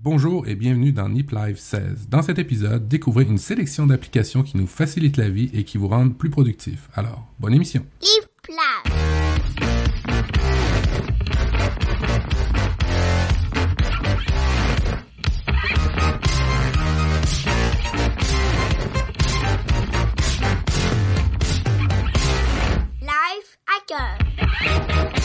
Bonjour et bienvenue dans Nip Live 16. Dans cet épisode, découvrez une sélection d'applications qui nous facilitent la vie et qui vous rendent plus productifs. Alors, bonne émission. Nip Live. Live Hacker.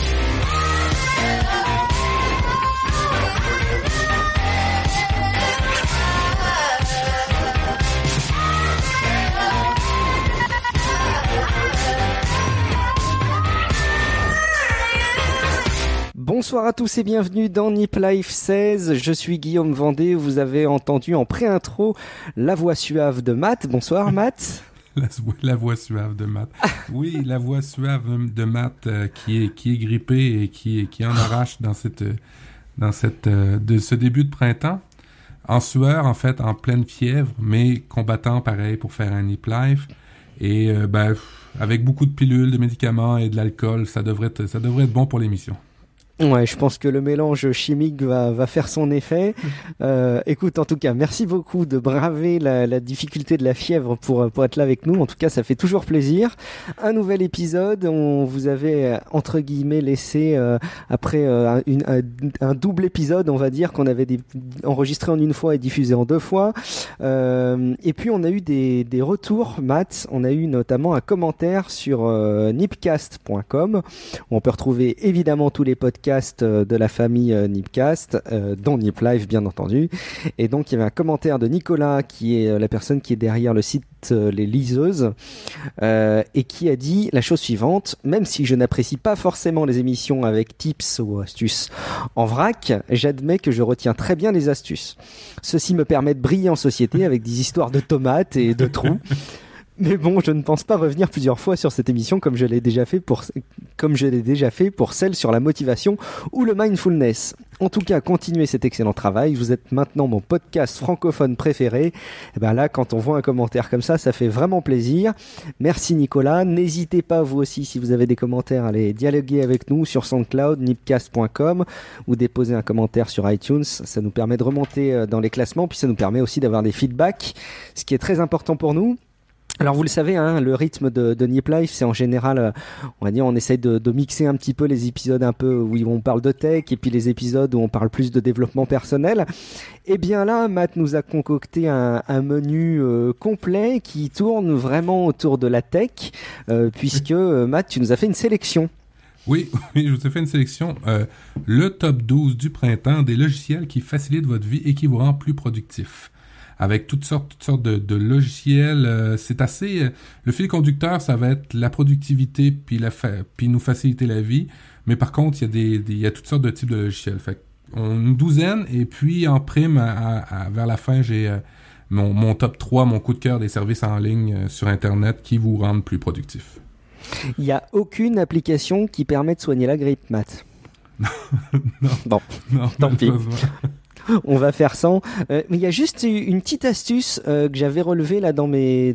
Bonsoir à tous et bienvenue dans Nip Live 16, je suis Guillaume Vendée, vous avez entendu en pré-intro la voix suave de Matt. Bonsoir Matt. La voix suave de Matt. Oui, la voix suave de Matt qui est grippé et qui en arrache dans ce début de printemps. En sueur, en fait, en pleine fièvre, mais combattant pareil pour faire un Nip Live. Et avec beaucoup de pilules, de médicaments et de l'alcool, ça devrait être bon pour l'émission. Ouais, je pense que le mélange chimique va faire son effet. Écoute, en tout cas, merci beaucoup de braver la difficulté de la fièvre pour être là avec nous. En tout cas, ça fait toujours plaisir. Un nouvel épisode. On vous avait entre guillemets laissé après un double épisode, on va dire, qu'on avait enregistré en une fois et diffusé en deux fois. Et puis on a eu des retours, Matt. On a eu notamment un commentaire sur nipcast.com où on peut retrouver évidemment tous les podcasts de la famille Nipcast, dont Nip Live bien entendu. Et donc il y avait un commentaire de Nicolas qui est la personne qui est derrière le site Les Liseuses et qui a dit la chose suivante: même si je n'apprécie pas forcément les émissions avec tips ou astuces en vrac, j'admets que je retiens très bien les astuces. Ceci me permet de briller en société avec des histoires de tomates et de trous. Mais bon, je ne pense pas revenir plusieurs fois sur cette émission comme je l'ai déjà fait pour celle sur la motivation ou le mindfulness. En tout cas, continuez cet excellent travail. Vous êtes maintenant mon podcast francophone préféré. Et ben là, quand on voit un commentaire comme ça fait vraiment plaisir. Merci Nicolas. N'hésitez pas, vous aussi, si vous avez des commentaires, à aller dialoguer avec nous sur SoundCloud, nipcast.com ou déposer un commentaire sur iTunes. Ça nous permet de remonter dans les classements, puis ça nous permet aussi d'avoir des feedbacks, ce qui est très important pour nous. Alors vous le savez, hein, le rythme de Nip Live, c'est en général, on va dire, on essaye de mixer un petit peu les épisodes un peu où on parle de tech et puis les épisodes où on parle plus de développement personnel. Et bien là, Matt nous a concocté un menu complet qui tourne vraiment autour de la tech, puisque Matt, tu nous as fait une sélection. Oui, je vous ai fait une sélection. Le top 12 du printemps des logiciels qui facilitent votre vie et qui vous rendent plus productif. Avec toutes sortes de logiciels. C'est assez... le fil conducteur, ça va être la productivité puis nous faciliter la vie. Mais par contre, il y a toutes sortes de types de logiciels. Fait une douzaine, et puis en prime, vers la fin, j'ai mon top 3, mon coup de cœur des services en ligne sur Internet qui vous rendent plus productif. Il n'y a aucune application qui permet de soigner la grippe, Matt. Non, tant pis. On va faire sans. Mais il y a juste une petite astuce que j'avais relevée là dans mes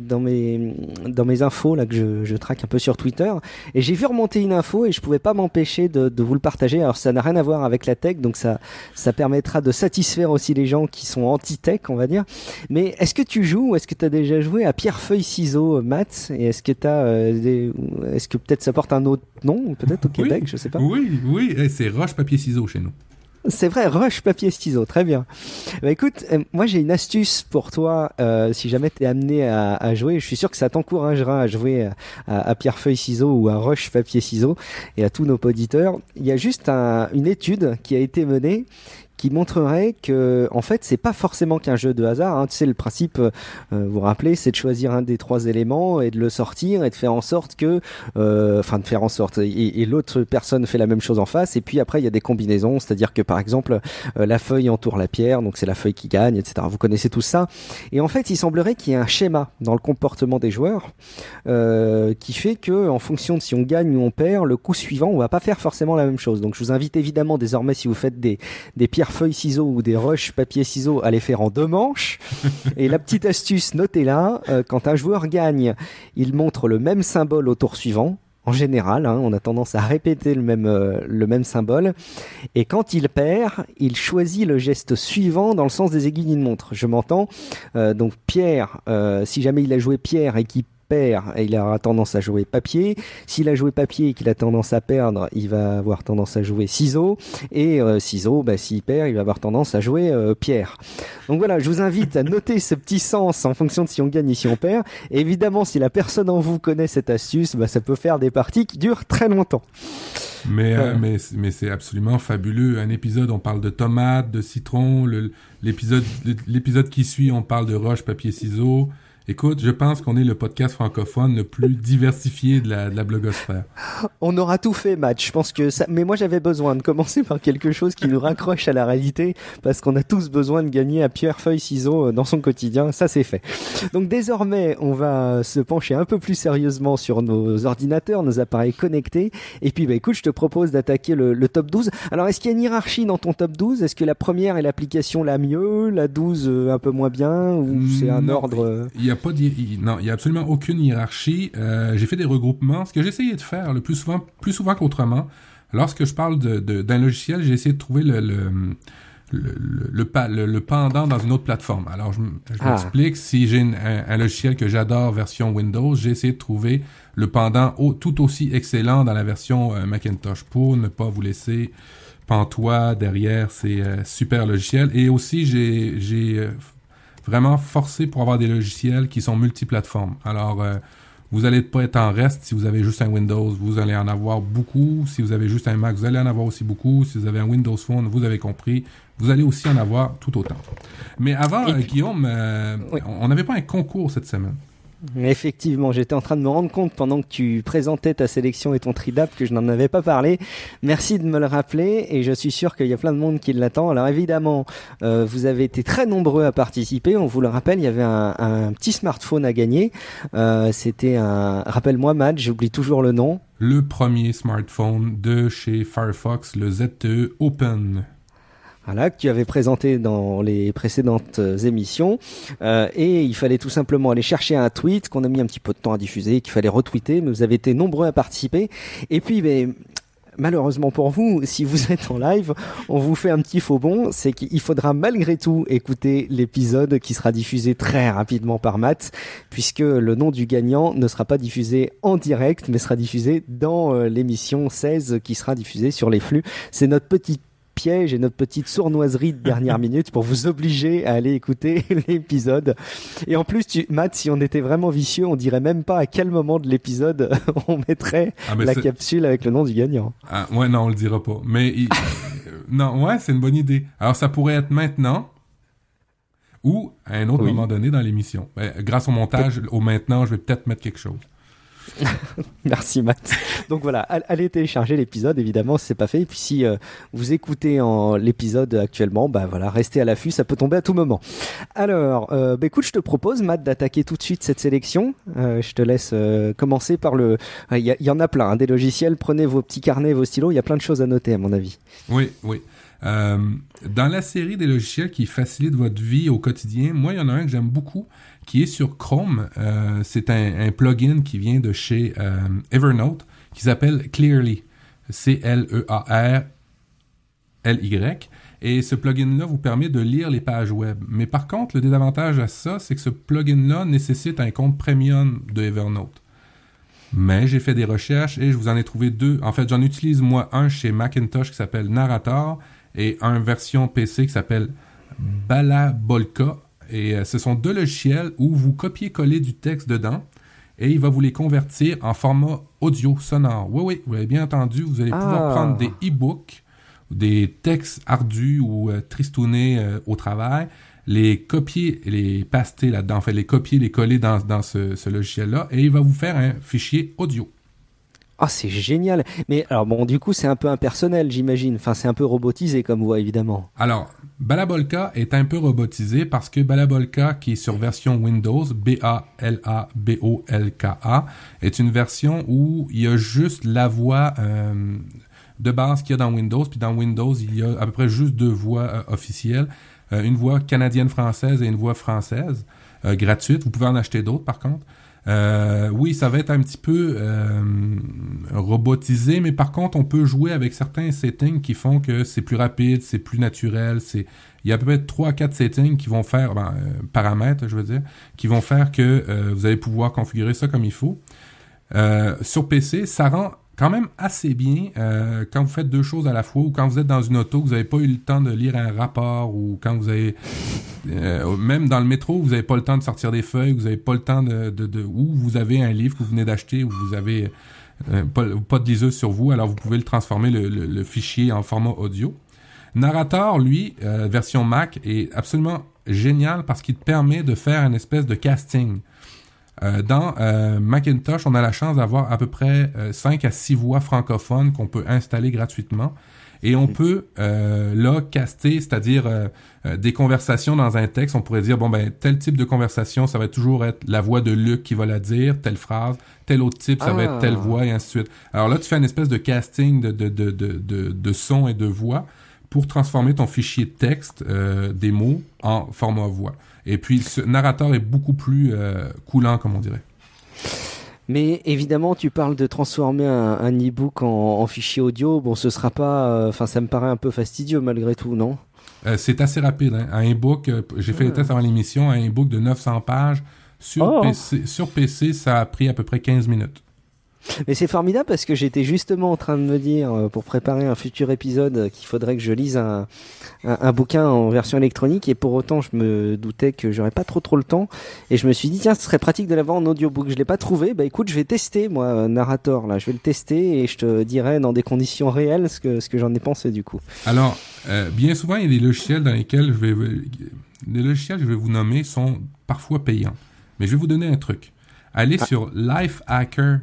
infos là que je traque un peu sur Twitter, et j'ai vu remonter une info et je pouvais pas m'empêcher de vous le partager. Alors ça n'a rien à voir avec la tech, donc ça permettra de satisfaire aussi les gens qui sont anti-tech, on va dire. Mais est-ce que tu joues ou est-ce que tu as déjà joué à pierre feuille ciseaux, Matt? Et est-ce que est-ce que peut-être ça porte un autre nom, peut-être au Québec, je sais pas. Oui, c'est roche papier ciseaux chez nous. C'est vrai, roche, papier, ciseaux, très bien. Bah écoute, moi j'ai une astuce pour toi, si jamais t'es amené à jouer. Je suis sûr que ça t'encouragera à jouer à pierre, feuille, ciseaux ou à roche, papier, ciseaux, et à tous nos auditeurs. Il y a juste une étude qui a été menée qui montrerait que, en fait, c'est pas forcément qu'un jeu de hasard, hein. Tu sais, le principe, vous vous rappelez, c'est de choisir un des trois éléments et de le sortir et de faire en sorte que, et l'autre personne fait la même chose en face, et puis après, il y a des combinaisons, c'est-à-dire que, par exemple, la feuille entoure la pierre, donc c'est la feuille qui gagne, etc. Vous connaissez tout ça. Et en fait, il semblerait qu'il y ait un schéma dans le comportement des joueurs, qui fait que, en fonction de si on gagne ou on perd, le coup suivant, on va pas faire forcément la même chose. Donc, je vous invite évidemment désormais, si vous faites des pierres feuille ciseaux ou des rushs papier ciseaux à les faire en 2 manches. Et la petite astuce, notez là, quand un joueur gagne, il montre le même symbole au tour suivant. en général, on a tendance à répéter le même symbole. Et quand il perd, il choisit le geste suivant dans le sens des aiguilles d'une montre. Je m'entends. Donc Pierre, si jamais il a joué Pierre et qu'il perd, il aura tendance à jouer papier. S'il a joué papier et qu'il a tendance à perdre, il va avoir tendance à jouer ciseaux. Et ciseaux, s'il perd, il va avoir tendance à jouer pierre. Donc voilà, je vous invite à noter ce petit sens en fonction de si on gagne et si on perd. Et évidemment, si la personne en vous connaît cette astuce, ça peut faire des parties qui durent très longtemps. Mais c'est absolument fabuleux. Un épisode, on parle de tomates, de citron. L'épisode qui suit, on parle de roche, papier, ciseaux. Écoute, je pense qu'on est le podcast francophone le plus diversifié de la blogosphère. On aura tout fait, Matt. Je pense que ça. Mais moi, j'avais besoin de commencer par quelque chose qui nous raccroche à la réalité, parce qu'on a tous besoin de gagner à pierre, feuille, ciseaux dans son quotidien. Ça, c'est fait. Donc désormais, on va se pencher un peu plus sérieusement sur nos ordinateurs, nos appareils connectés. Et puis, écoute, je te propose d'attaquer le top 12. Alors, est-ce qu'il y a une hiérarchie dans ton top 12 ? Est-ce que la première est l'application la mieux, la 12 un peu moins bien, ou c'est un ordre Non, il y a absolument aucune hiérarchie. J'ai fait des regroupements. Ce que j'ai essayé de faire le plus souvent qu'autrement, lorsque je parle d'un logiciel, j'ai essayé de trouver le pendant dans une autre plateforme. Alors, je m'explique. Si j'ai un logiciel que j'adore, version Windows, j'ai essayé de trouver le pendant tout aussi excellent dans la version Macintosh pour ne pas vous laisser pantois derrière ces super logiciels. Et aussi, j'ai vraiment forcé pour avoir des logiciels qui sont multiplateformes. Alors, vous allez pas être en reste si vous avez juste un Windows, vous allez en avoir beaucoup. Si vous avez juste un Mac, vous allez en avoir aussi beaucoup. Si vous avez un Windows Phone, vous avez compris, vous allez aussi en avoir tout autant. Mais avant, Guillaume, oui. On n'avait pas un concours cette semaine. Effectivement, j'étais en train de me rendre compte pendant que tu présentais ta sélection et ton tridap que je n'en avais pas parlé. Merci de me le rappeler et je suis sûr qu'il y a plein de monde qui l'attend. Alors évidemment, vous avez été très nombreux à participer. On vous le rappelle, il y avait un petit smartphone à gagner. C'était rappelle-moi Matt, j'oublie toujours le nom. Le premier smartphone de chez Firefox, le ZTE Open. Voilà, que tu avais présenté dans les précédentes émissions. Et il fallait tout simplement aller chercher un tweet qu'on a mis un petit peu de temps à diffuser, qu'il fallait retweeter, mais vous avez été nombreux à participer. Et puis, malheureusement pour vous, si vous êtes en live, on vous fait un petit faux bond, c'est qu'il faudra malgré tout écouter l'épisode qui sera diffusé très rapidement par Matt, puisque le nom du gagnant ne sera pas diffusé en direct, mais sera diffusé dans l'émission 16 qui sera diffusée sur les flux. C'est notre petit piège et notre petite sournoiserie de dernière minute pour vous obliger à aller écouter l'épisode. Et en plus, Matt, si on était vraiment vicieux, on dirait même pas à quel moment de l'épisode on mettrait capsule avec le nom du gagnant. Ah, ouais, non, on le dira pas. Mais non, ouais, c'est une bonne idée. Alors, ça pourrait être maintenant ou à un autre moment donné dans l'émission. Grâce au montage, au maintenant, je vais peut-être mettre quelque chose. Merci Matt. Donc voilà, allez télécharger l'épisode évidemment si c'est pas fait. Et puis si vous écoutez l'épisode actuellement, restez à l'affût, ça peut tomber à tout moment. Alors, écoute, je te propose Matt d'attaquer tout de suite cette sélection. Je te laisse commencer par il y en a plein, des logiciels. Prenez vos petits carnets, vos stylos. Il y a plein de choses à noter à mon avis. Oui. Dans la série des logiciels qui facilitent votre vie au quotidien, moi il y en a un que j'aime beaucoup qui est sur Chrome. C'est un plugin qui vient de chez Evernote qui s'appelle Clearly. Clearly. Et ce plugin-là vous permet de lire les pages web. Mais par contre, le désavantage à ça, c'est que ce plugin-là nécessite un compte premium de Evernote. Mais j'ai fait des recherches et je vous en ai trouvé deux. En fait, j'en utilise moi un chez Macintosh qui s'appelle Narrator et un version PC qui s'appelle Balabolka. Et ce sont deux logiciels où vous copiez-collez du texte dedans et il va vous les convertir en format audio sonore. Oui, vous avez bien entendu, vous allez pouvoir prendre des e-books, des textes ardus ou tristounés au travail, les copier et les paster là-dedans, en fait, les copier, les coller dans ce logiciel-là et il va vous faire un fichier audio. Ah, c'est génial. Mais alors du coup, c'est un peu impersonnel, j'imagine. Enfin, c'est un peu robotisé comme voix, évidemment. Alors, Balabolka est un peu robotisé parce que Balabolka, qui est sur version Windows, Balabolka, est une version où il y a juste la voix de base qu'il y a dans Windows. Puis dans Windows, il y a à peu près juste deux voix officielles. Une voix canadienne-française et une voix française gratuite. Vous pouvez en acheter d'autres, par contre. Oui, ça va être un petit peu robotisé, mais par contre, on peut jouer avec certains settings qui font que c'est plus rapide, c'est plus naturel. Il y a peut-être 3 à 4 settings qui vont faire, paramètres, je veux dire, qui vont faire que vous allez pouvoir configurer ça comme il faut. Sur PC, ça rend quand même assez bien quand vous faites deux choses à la fois, ou quand vous êtes dans une auto, vous n'avez pas eu le temps de lire un rapport, ou quand vous avez même dans le métro, vous n'avez pas le temps de sortir des feuilles, vous n'avez pas le temps ou vous avez un livre que vous venez d'acheter, ou vous avez pas de liseuse sur vous, alors vous pouvez le transformer le fichier en format audio. Narrator, lui, version Mac, est absolument génial parce qu'il te permet de faire une espèce de casting. Dans Macintosh, on a la chance d'avoir à peu près 5 à 6 voix francophones qu'on peut installer gratuitement. Et on peut là caster, c'est-à-dire des conversations dans un texte. On pourrait dire, tel type de conversation, ça va toujours être la voix de Luc qui va la dire, telle phrase, tel autre type, ça va être telle voix, et ainsi de suite. Alors là, tu fais une espèce de casting de sons et de voix pour transformer ton fichier de texte, des mots, en format voix. Et puis, ce narrateur est beaucoup plus coulant, comme on dirait. Mais évidemment, tu parles de transformer un e-book en fichier audio. Bon, ce sera pas... ça me paraît un peu fastidieux malgré tout, non? C'est assez rapide. Hein. Un e-book, j'ai fait les tests avant l'émission, un e-book de 900 pages. Sur PC, ça a pris à peu près 15 minutes. Mais c'est formidable parce que j'étais justement en train de me dire, pour préparer un futur épisode, qu'il faudrait que je lise un bouquin en version électronique, et pour autant je me doutais que j'aurais pas trop le temps, et je me suis dit tiens, ce serait pratique de l'avoir en audiobook. Je l'ai pas trouvé. Écoute, je vais tester moi Narrator là, je vais le tester et je te dirai dans des conditions réelles ce que j'en ai pensé du coup. Alors bien souvent il y a des logiciels dans lesquels les logiciels que je vais vous nommer sont parfois payants, mais je vais vous donner un truc. Allez sur lifehacker.org.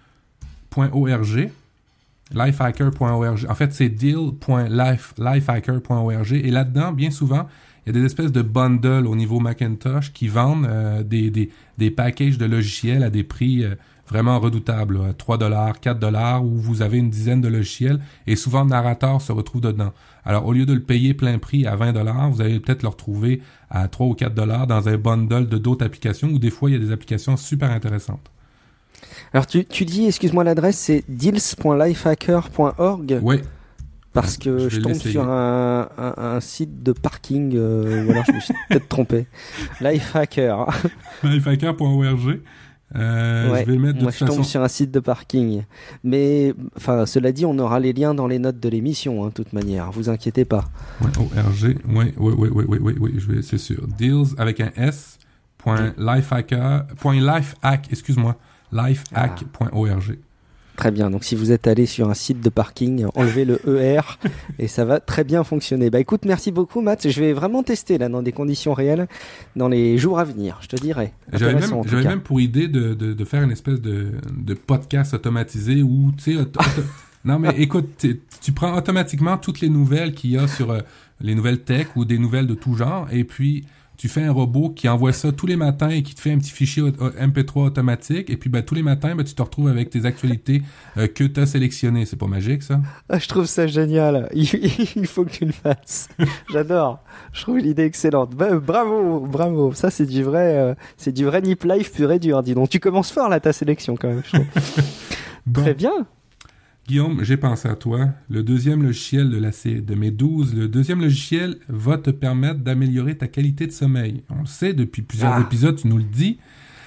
Lifehacker.org. En fait, c'est deal.lifehacker.org. Et là-dedans, bien souvent, il y a des espèces de bundles au niveau Macintosh qui vendent des packages de logiciels à des prix vraiment redoutables. Là, $3, $4, où vous avez une dizaine de logiciels. Et souvent, Narrator se retrouve dedans. Alors, au lieu de le payer plein prix à $20, vous allez peut-être le retrouver à $3 ou $4 dans un bundle de d'autres applications, où des fois, il y a des applications super intéressantes. Alors tu dis, excuse-moi l'adresse, c'est deals.lifehacker.org. Oui. Parce que je tombe sur un site de parking, voilà, je me suis peut-être trompé. Lifehacker. Lifehacker.org. Je vais le mettre de toute façon. Je tombe sur un site de parking. Mais, cela dit, on aura les liens dans les notes de l'émission, de toute manière. Vous inquiétez pas. Ouais, ORG. Oui, c'est sûr. Deals avec un S. .lifehack, excuse-moi. lifehack.org. Très bien, donc si vous êtes allé sur un site de parking, enlevez le ER et ça va très bien fonctionner. Écoute, merci beaucoup Matt, je vais vraiment tester là dans des conditions réelles dans les jours à venir, je te dirai. J'avais même pour idée de faire une espèce de podcast automatisé où tu sais non mais écoute, tu prends automatiquement toutes les nouvelles qu'il y a sur les nouvelles tech ou des nouvelles de tout genre, et puis tu fais un robot qui envoie ça tous les matins et qui te fait un petit fichier MP3 automatique, et puis tous les matins, tu te retrouves avec tes actualités que tu as sélectionnées. C'est pas magique, ça? Je trouve ça génial. Il faut que tu le fasses. J'adore. Je trouve l'idée excellente. Bravo. Ça, c'est du vrai Nip Life pur et dur, dis donc. Tu commences fort, là, ta sélection, quand même, je trouve. Bon. Très bien. Guillaume, j'ai pensé à toi. Le deuxième logiciel de mes 12, le deuxième logiciel va te permettre d'améliorer ta qualité de sommeil. On le sait, depuis plusieurs épisodes, tu nous le dis.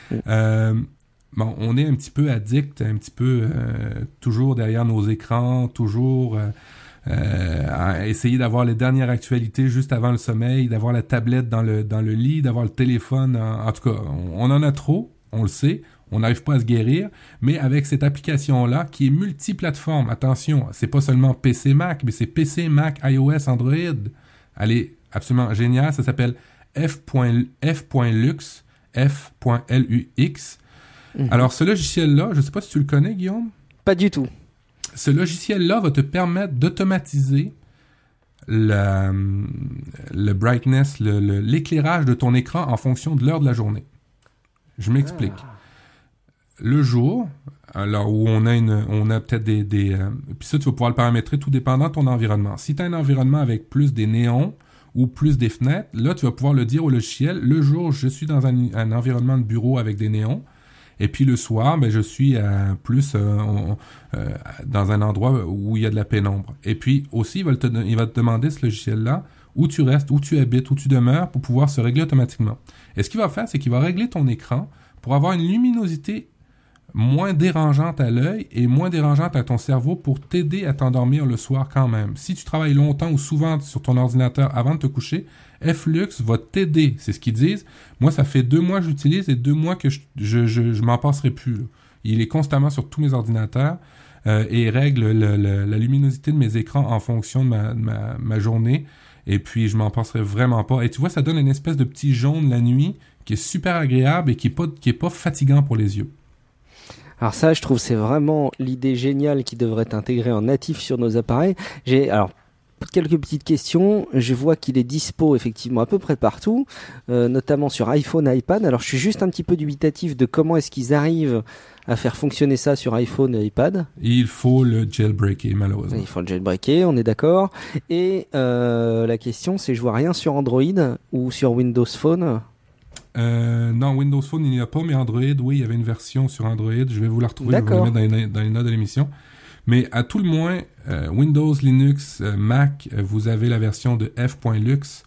On est un petit peu addict, un petit peu toujours derrière nos écrans, toujours à essayer d'avoir les dernières actualités juste avant le sommeil, d'avoir la tablette dans le lit, d'avoir le téléphone. En tout cas, on en a trop, on le sait. On n'arrive pas à se guérir, mais avec cette application-là qui est multiplateforme, attention, c'est pas seulement PC Mac, mais c'est PC, Mac, iOS, Android. Elle est absolument géniale, ça s'appelle F.lux. Alors ce logiciel-là, je sais pas si tu le connais, Guillaume? Pas du tout. Ce logiciel-là va te permettre d'automatiser le brightness, l'éclairage de ton écran en fonction de l'heure de la journée. Je m'explique. Le jour, alors où on a peut-être puis ça, tu vas pouvoir le paramétrer tout dépendant de ton environnement. Si tu as un environnement avec plus des néons ou plus des fenêtres, là, tu vas pouvoir le dire au logiciel, le jour, je suis dans un environnement de bureau avec des néons, Et puis le soir, je suis plus dans un endroit où il y a de la pénombre. Et puis aussi, il va te demander ce logiciel-là où tu restes, où tu habites, où tu demeures pour pouvoir se régler automatiquement. Et ce qu'il va faire, c'est qu'il va régler ton écran pour avoir une luminosité moins dérangeante à l'œil et moins dérangeante à ton cerveau pour t'aider à t'endormir le soir quand même. Si tu travailles longtemps ou souvent sur ton ordinateur avant de te coucher, F-Lux va t'aider, c'est ce qu'ils disent. Moi, ça fait 2 mois que j'utilise et 2 mois que je m'en passerai plus, là. Il est constamment sur tous mes ordinateurs et règle la luminosité de mes écrans en fonction de ma journée. Et puis, je m'en passerai vraiment pas. Et tu vois, ça donne une espèce de petit jaune la nuit qui est super agréable et qui est pas fatigant pour les yeux. Alors ça, je trouve c'est vraiment l'idée géniale qui devrait être intégrée en natif sur nos appareils. Alors quelques petites questions. Je vois qu'il est dispo effectivement à peu près partout, notamment sur iPhone, iPad. Alors je suis juste un petit peu dubitatif de comment est-ce qu'ils arrivent à faire fonctionner ça sur iPhone et iPad. Il faut le jailbreaker, malheureusement. Il faut le jailbreaker, on est d'accord. Et la question, c'est je vois rien sur Android ou sur Windows Phone. Non, Windows Phone, il n'y a pas, mais Android, oui, il y avait une version sur Android. Je vais vous la retrouver, D'accord. Je vais vous la mettre dans les notes de l'émission. Mais à tout le moins, Windows, Linux, Mac, vous avez la version de F.Lux.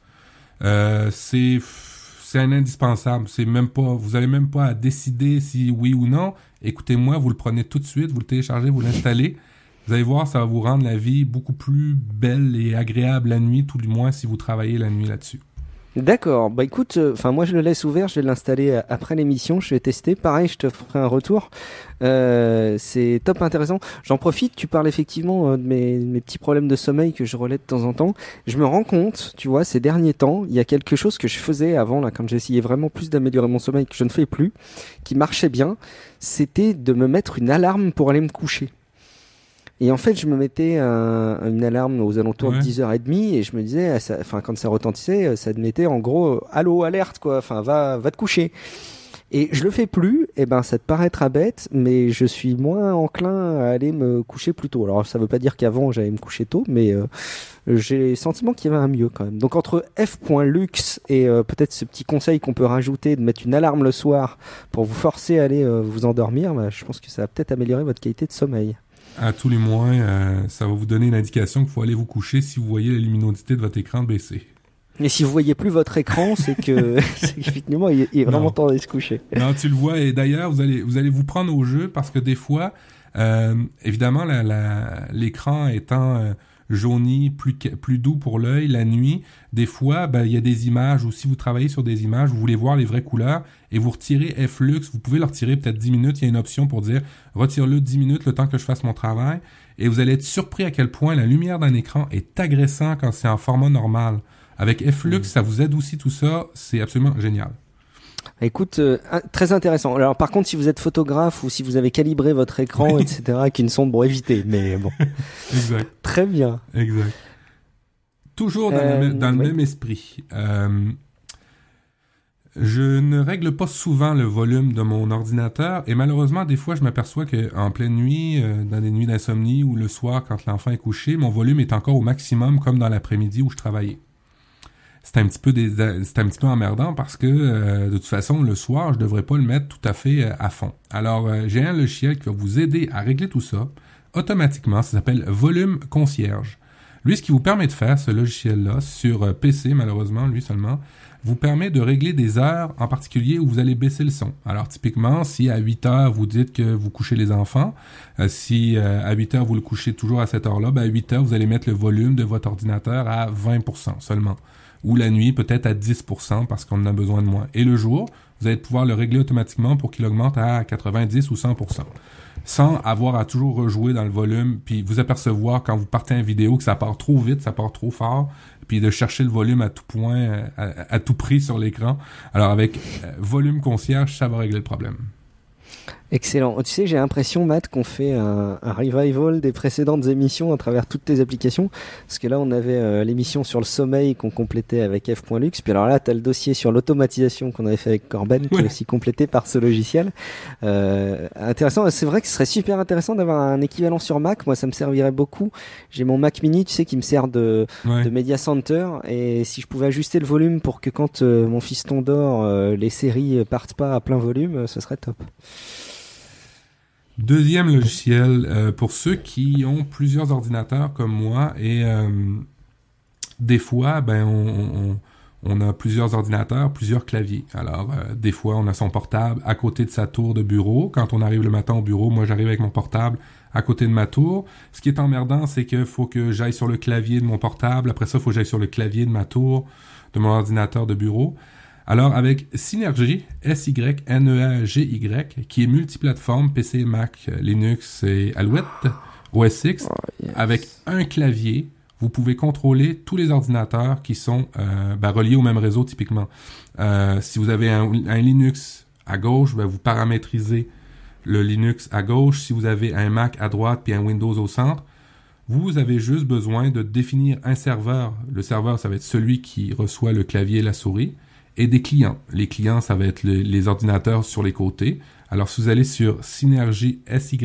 C'est un indispensable. Vous avez même pas à décider si oui ou non. Écoutez-moi, vous le prenez tout de suite, vous le téléchargez, vous l'installez. Vous allez voir, ça va vous rendre la vie beaucoup plus belle et agréable la nuit, tout du moins si vous travaillez la nuit là-dessus. D'accord, écoute, moi je le laisse ouvert, je vais l'installer après l'émission, je vais tester, pareil je te ferai un retour, c'est top intéressant. J'en profite, tu parles effectivement de mes petits problèmes de sommeil que je relais de temps en temps, je me rends compte, tu vois, ces derniers temps, il y a quelque chose que je faisais avant, là, quand j'essayais vraiment plus d'améliorer mon sommeil, que je ne fais plus, qui marchait bien, c'était de me mettre une alarme pour aller me coucher. Et en fait, je me mettais une alarme aux alentours de 10h30 et je me disais, quand ça retentissait, ça te mettait en gros, allô, alerte, quoi, va te coucher. Et je le fais plus, ça te paraîtra bête, mais je suis moins enclin à aller me coucher plus tôt. Alors, ça veut pas dire qu'avant, j'allais me coucher tôt, mais j'ai le sentiment qu'il y avait un mieux quand même. Donc, entre F.Lux et peut-être ce petit conseil qu'on peut rajouter de mettre une alarme le soir pour vous forcer à aller vous endormir, je pense que ça va peut-être améliorer votre qualité de sommeil. À tous les moins, ça va vous donner une indication qu'il faut aller vous coucher si vous voyez la luminosité de votre écran baisser. Et si vous voyez plus votre écran, c'est qu'effectivement, il est vraiment temps d'aller se coucher. Non, tu le vois. Et d'ailleurs, vous allez vous prendre au jeu parce que des fois, évidemment, l'écran étant jauni, plus doux pour l'œil, la nuit, des fois, il y a des images, ou si vous travaillez sur des images, vous voulez voir les vraies couleurs, et vous retirez F-Lux, vous pouvez le retirer peut-être 10 minutes, il y a une option pour dire, retire-le 10 minutes le temps que je fasse mon travail, et vous allez être surpris à quel point la lumière d'un écran est agressant quand c'est en format normal. Avec F-Lux, ça vous adoucit tout ça, c'est absolument génial. Écoute, très intéressant. Alors par contre, si vous êtes photographe ou si vous avez calibré votre écran, etc., avec une sonde, évitez. Mais bon. Exact. Très bien. Exact. Toujours dans le même esprit. Je ne règle pas souvent le volume de mon ordinateur et malheureusement, des fois, je m'aperçois qu'en pleine nuit, dans des nuits d'insomnie ou le soir, quand l'enfant est couché, mon volume est encore au maximum comme dans l'après-midi où je travaillais. C'est un petit peu emmerdant parce que de toute façon le soir je devrais pas le mettre tout à fait à fond. Alors j'ai un logiciel qui va vous aider à régler tout ça automatiquement, ça s'appelle Volume Concierge. Lui, ce qui vous permet de faire, ce logiciel-là, sur PC malheureusement, lui seulement, vous permet de régler des heures en particulier où vous allez baisser le son. Alors typiquement, si à 8 heures vous dites que vous couchez les enfants, si à 8 heures vous le couchez toujours à cette heure-là, à 8 heures vous allez mettre le volume de votre ordinateur à 20% seulement. Ou la nuit, peut-être à 10% parce qu'on en a besoin de moins. Et le jour, vous allez pouvoir le régler automatiquement pour qu'il augmente à 90 ou 100%. Sans avoir à toujours rejouer dans le volume, puis vous apercevoir quand vous partez en vidéo que ça part trop vite, ça part trop fort, puis de chercher le volume à tout point, à tout prix sur l'écran. Alors avec Volume Concierge, ça va régler le problème. Excellent. Tu sais, j'ai l'impression, Matt, qu'on fait un revival des précédentes émissions à travers toutes tes applications. Parce que là, on avait l'émission sur le sommeil qu'on complétait avec F.Lux. Puis alors là, tu as le dossier sur l'automatisation qu'on avait fait avec Corben, qui est aussi complété par ce logiciel. Intéressant. C'est vrai que ce serait super intéressant d'avoir un équivalent sur Mac. Moi, ça me servirait beaucoup. J'ai mon Mac Mini, tu sais, qui me sert de Media Center. Et si je pouvais ajuster le volume pour que quand mon fiston dort, les séries partent pas à plein volume, ce serait top. Deuxième logiciel, pour ceux qui ont plusieurs ordinateurs comme moi, et des fois, on a plusieurs ordinateurs, plusieurs claviers. Alors, des fois, on a son portable à côté de sa tour de bureau. Quand on arrive le matin au bureau, moi, j'arrive avec mon portable à côté de ma tour. Ce qui est emmerdant, c'est qu'il faut que j'aille sur le clavier de mon portable. Après ça, il faut que j'aille sur le clavier de ma tour, de mon ordinateur de bureau. Alors, avec Synergy, Synergy, qui est multiplateforme, PC, Mac, Linux et Alouette, OS X, avec un clavier, vous pouvez contrôler tous les ordinateurs qui sont reliés au même réseau, typiquement. Si vous avez un Linux à gauche, vous paramétrisez le Linux à gauche. Si vous avez un Mac à droite puis un Windows au centre, vous avez juste besoin de définir un serveur. Le serveur, ça va être celui qui reçoit le clavier et la souris. Et des clients. Les clients, ça va être les ordinateurs sur les côtés. Alors, si vous allez sur Synergy,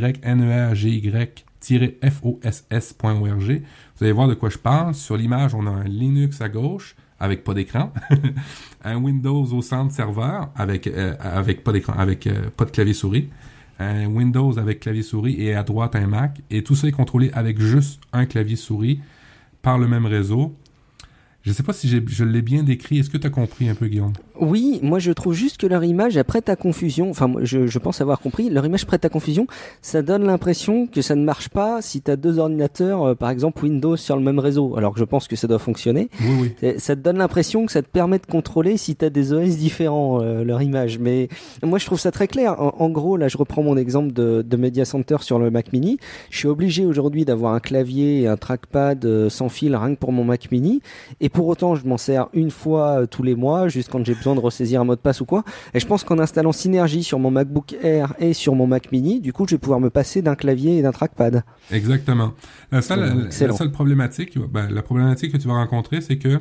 Synergy-foss.org, vous allez voir de quoi je parle. Sur l'image, on a un Linux à gauche, avec pas d'écran. Un Windows au centre serveur, avec pas d'écran, avec pas de clavier-souris. Un Windows avec clavier-souris et à droite, un Mac. Et tout ça est contrôlé avec juste un clavier-souris par le même réseau. Je sais pas si je l'ai bien décrit. Est-ce que tu as compris un peu, Guillaume? Oui, moi je trouve juste que leur image prête à confusion. Enfin, je pense avoir compris. Leur image prête à confusion, ça donne l'impression que ça ne marche pas si tu as deux ordinateurs, par exemple Windows sur le même réseau. Alors que je pense que ça doit fonctionner. Oui. Ça te donne l'impression que ça te permet de contrôler si tu as des OS différents, leur image. Mais moi je trouve ça très clair. En gros, là je reprends mon exemple de Media Center sur le Mac Mini. Je suis obligé aujourd'hui d'avoir un clavier et un trackpad sans fil rien que pour mon Mac Mini. Et pour autant, je m'en sers une fois tous les mois, juste quand j'ai besoin de ressaisir un mot de passe ou quoi. Et je pense qu'en installant Synergy sur mon MacBook Air et sur mon Mac Mini, du coup, je vais pouvoir me passer d'un clavier et d'un trackpad. Exactement. La seule problématique, la problématique que tu vas rencontrer, c'est que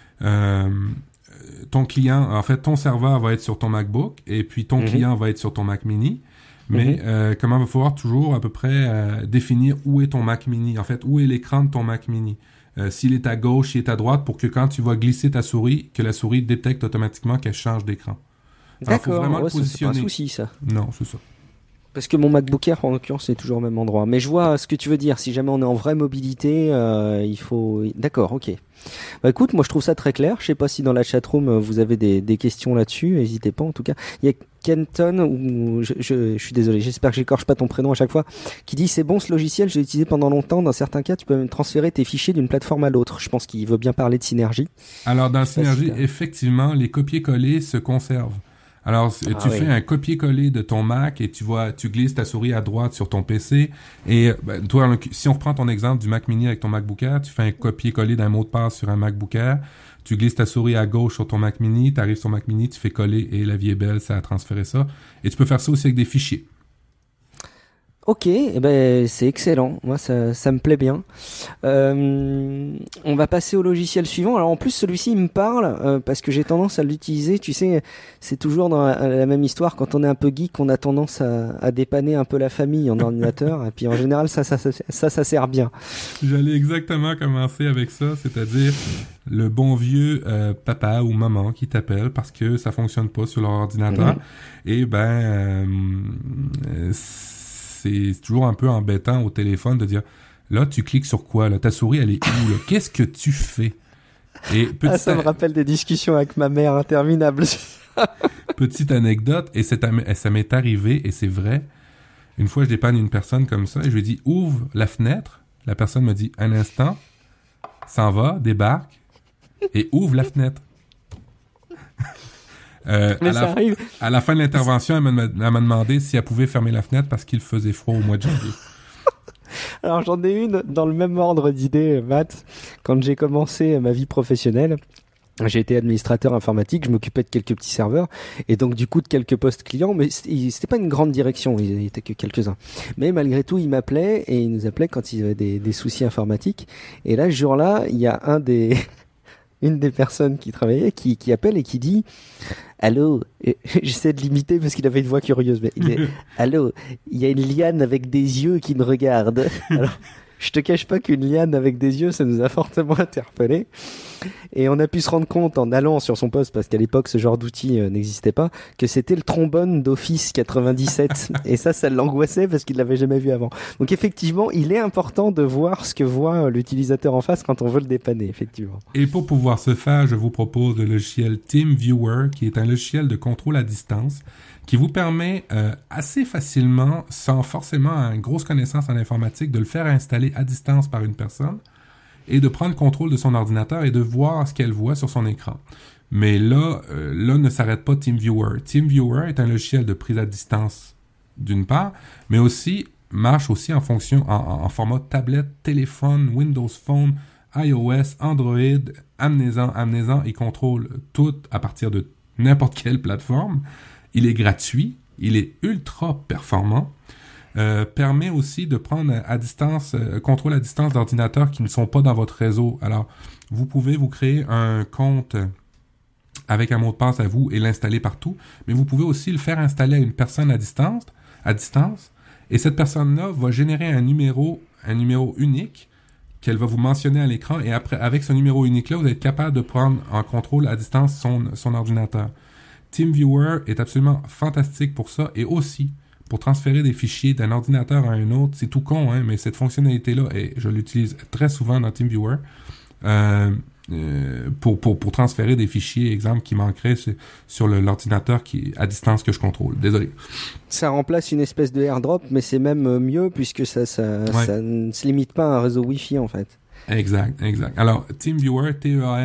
ton client, en fait, ton serveur va être sur ton MacBook et puis ton client va être sur ton Mac Mini. Mais comment va falloir toujours à peu près définir où est ton Mac Mini, en fait, où est l'écran de ton Mac Mini. S'il est à gauche, s'il est à droite, pour que quand tu vas glisser ta souris, que la souris détecte automatiquement qu'elle change d'écran. D'accord, faut vraiment le positionner. C'est pas un souci, ça. Non, c'est ça. Parce que mon MacBook Air, en l'occurrence, c'est toujours au même endroit. Mais je vois ce que tu veux dire. Si jamais on est en vraie mobilité, il faut... D'accord, ok. Bah écoute, moi je trouve ça très clair. Je sais pas si dans la chatroom vous avez des questions là-dessus. N'hésitez pas, en tout cas. Il y a Kenton, ou je suis désolé, j'espère que j'écorche pas ton prénom à chaque fois, qui dit c'est bon ce logiciel, je l'ai utilisé pendant longtemps. Dans certains cas, tu peux même transférer tes fichiers d'une plateforme à l'autre. Je pense qu'il veut bien parler de Synergy. Alors dans Synergy, effectivement, les copier-coller se conservent. Alors, tu fais un copier-coller de ton Mac et tu glisses ta souris à droite sur ton PC. Et toi, si on reprend ton exemple du Mac Mini avec ton MacBook Air, tu fais un copier-coller d'un mot de passe sur un MacBook Air. Tu glisses ta souris à gauche sur ton Mac Mini, tu arrives sur ton Mac Mini, tu fais coller et la vie est belle, ça a transféré ça. Et tu peux faire ça aussi avec des fichiers. Ok, c'est excellent. Moi, ça me plaît bien. On va passer au logiciel suivant. Alors en plus, celui-ci, il me parle parce que j'ai tendance à l'utiliser. Tu sais, c'est toujours dans la même histoire. Quand on est un peu geek, on a tendance à dépanner un peu la famille en ordinateur. Et puis en général, ça sert bien. J'allais exactement commencer avec ça, c'est-à-dire le bon vieux papa ou maman qui t'appelle parce que ça fonctionne pas sur leur ordinateur. Et c'est toujours un peu embêtant au téléphone de dire là tu cliques sur quoi là, ta souris elle est où là, qu'est-ce que tu fais? Et ça me rappelle des discussions avec ma mère interminables. Petite anecdote, et ça m'est arrivé et c'est vrai. Une fois je dépanne une personne comme ça et je lui dis ouvre la fenêtre. La personne me dit un instant, s'en va, débarque et ouvre la fenêtre. À la fin de l'intervention, elle m'a demandé si elle pouvait fermer la fenêtre parce qu'il faisait froid au mois de janvier. Alors j'en ai une dans le même ordre d'idée, Matt. Quand j'ai commencé ma vie professionnelle, J'ai été administrateur informatique, je m'occupais de quelques petits serveurs et donc du coup de quelques postes clients, mais c'était pas une grande direction, il était que quelques-uns. Mais malgré tout, ils m'appelaient et ils nous appelaient quand ils avaient des soucis informatiques. Et là, ce jour-là, il y a une des personnes qui travaillait qui appelle et qui dit allô, j'essaie de l'imiter parce qu'il avait une voix curieuse, mais il est allô, il y a une liane avec des yeux qui me regarde. Alors, je te cache pas qu'une liane avec des yeux, ça nous a fortement interpellés. Et on a pu se rendre compte en allant sur son poste, parce qu'à l'époque ce genre d'outil n'existait pas, que c'était le trombone d'Office 97. Et ça l'angoissait parce qu'il l'avait jamais vu avant. Donc effectivement, il est important de voir ce que voit l'utilisateur en face quand on veut le dépanner, effectivement. Et pour pouvoir ce faire, je vous propose le logiciel TeamViewer, qui est un logiciel de contrôle à distance, qui vous permet assez facilement, sans forcément une grosse connaissance en informatique, de le faire installer à distance par une personne et de prendre le contrôle de son ordinateur et de voir ce qu'elle voit sur son écran. Mais là ne s'arrête pas TeamViewer. TeamViewer est un logiciel de prise à distance d'une part, mais aussi marche aussi en fonction en format tablette, téléphone, Windows Phone, iOS, Android, amenez-en, il contrôle tout à partir de n'importe quelle plateforme. Il est gratuit, il est ultra performant, permet aussi de prendre à distance, contrôle à distance d'ordinateurs qui ne sont pas dans votre réseau. Alors, vous pouvez vous créer un compte avec un mot de passe à vous et l'installer partout, mais vous pouvez aussi le faire installer à une personne à distance, et cette personne-là va générer un numéro unique qu'elle va vous mentionner à l'écran, et après, avec ce numéro unique-là, vous êtes capable de prendre en contrôle à distance son ordinateur. TeamViewer est absolument fantastique pour ça, et aussi pour transférer des fichiers d'un ordinateur à un autre. C'est tout con, hein, mais cette fonctionnalité-là, je l'utilise très souvent dans TeamViewer, pour transférer des fichiers, exemple, qui manqueraient sur l'ordinateur à distance que je contrôle. Désolé. Ça remplace une espèce de airdrop, mais c'est même mieux puisque ça ne se limite pas à un réseau Wi-Fi, en fait. Exact. Alors, TeamViewer,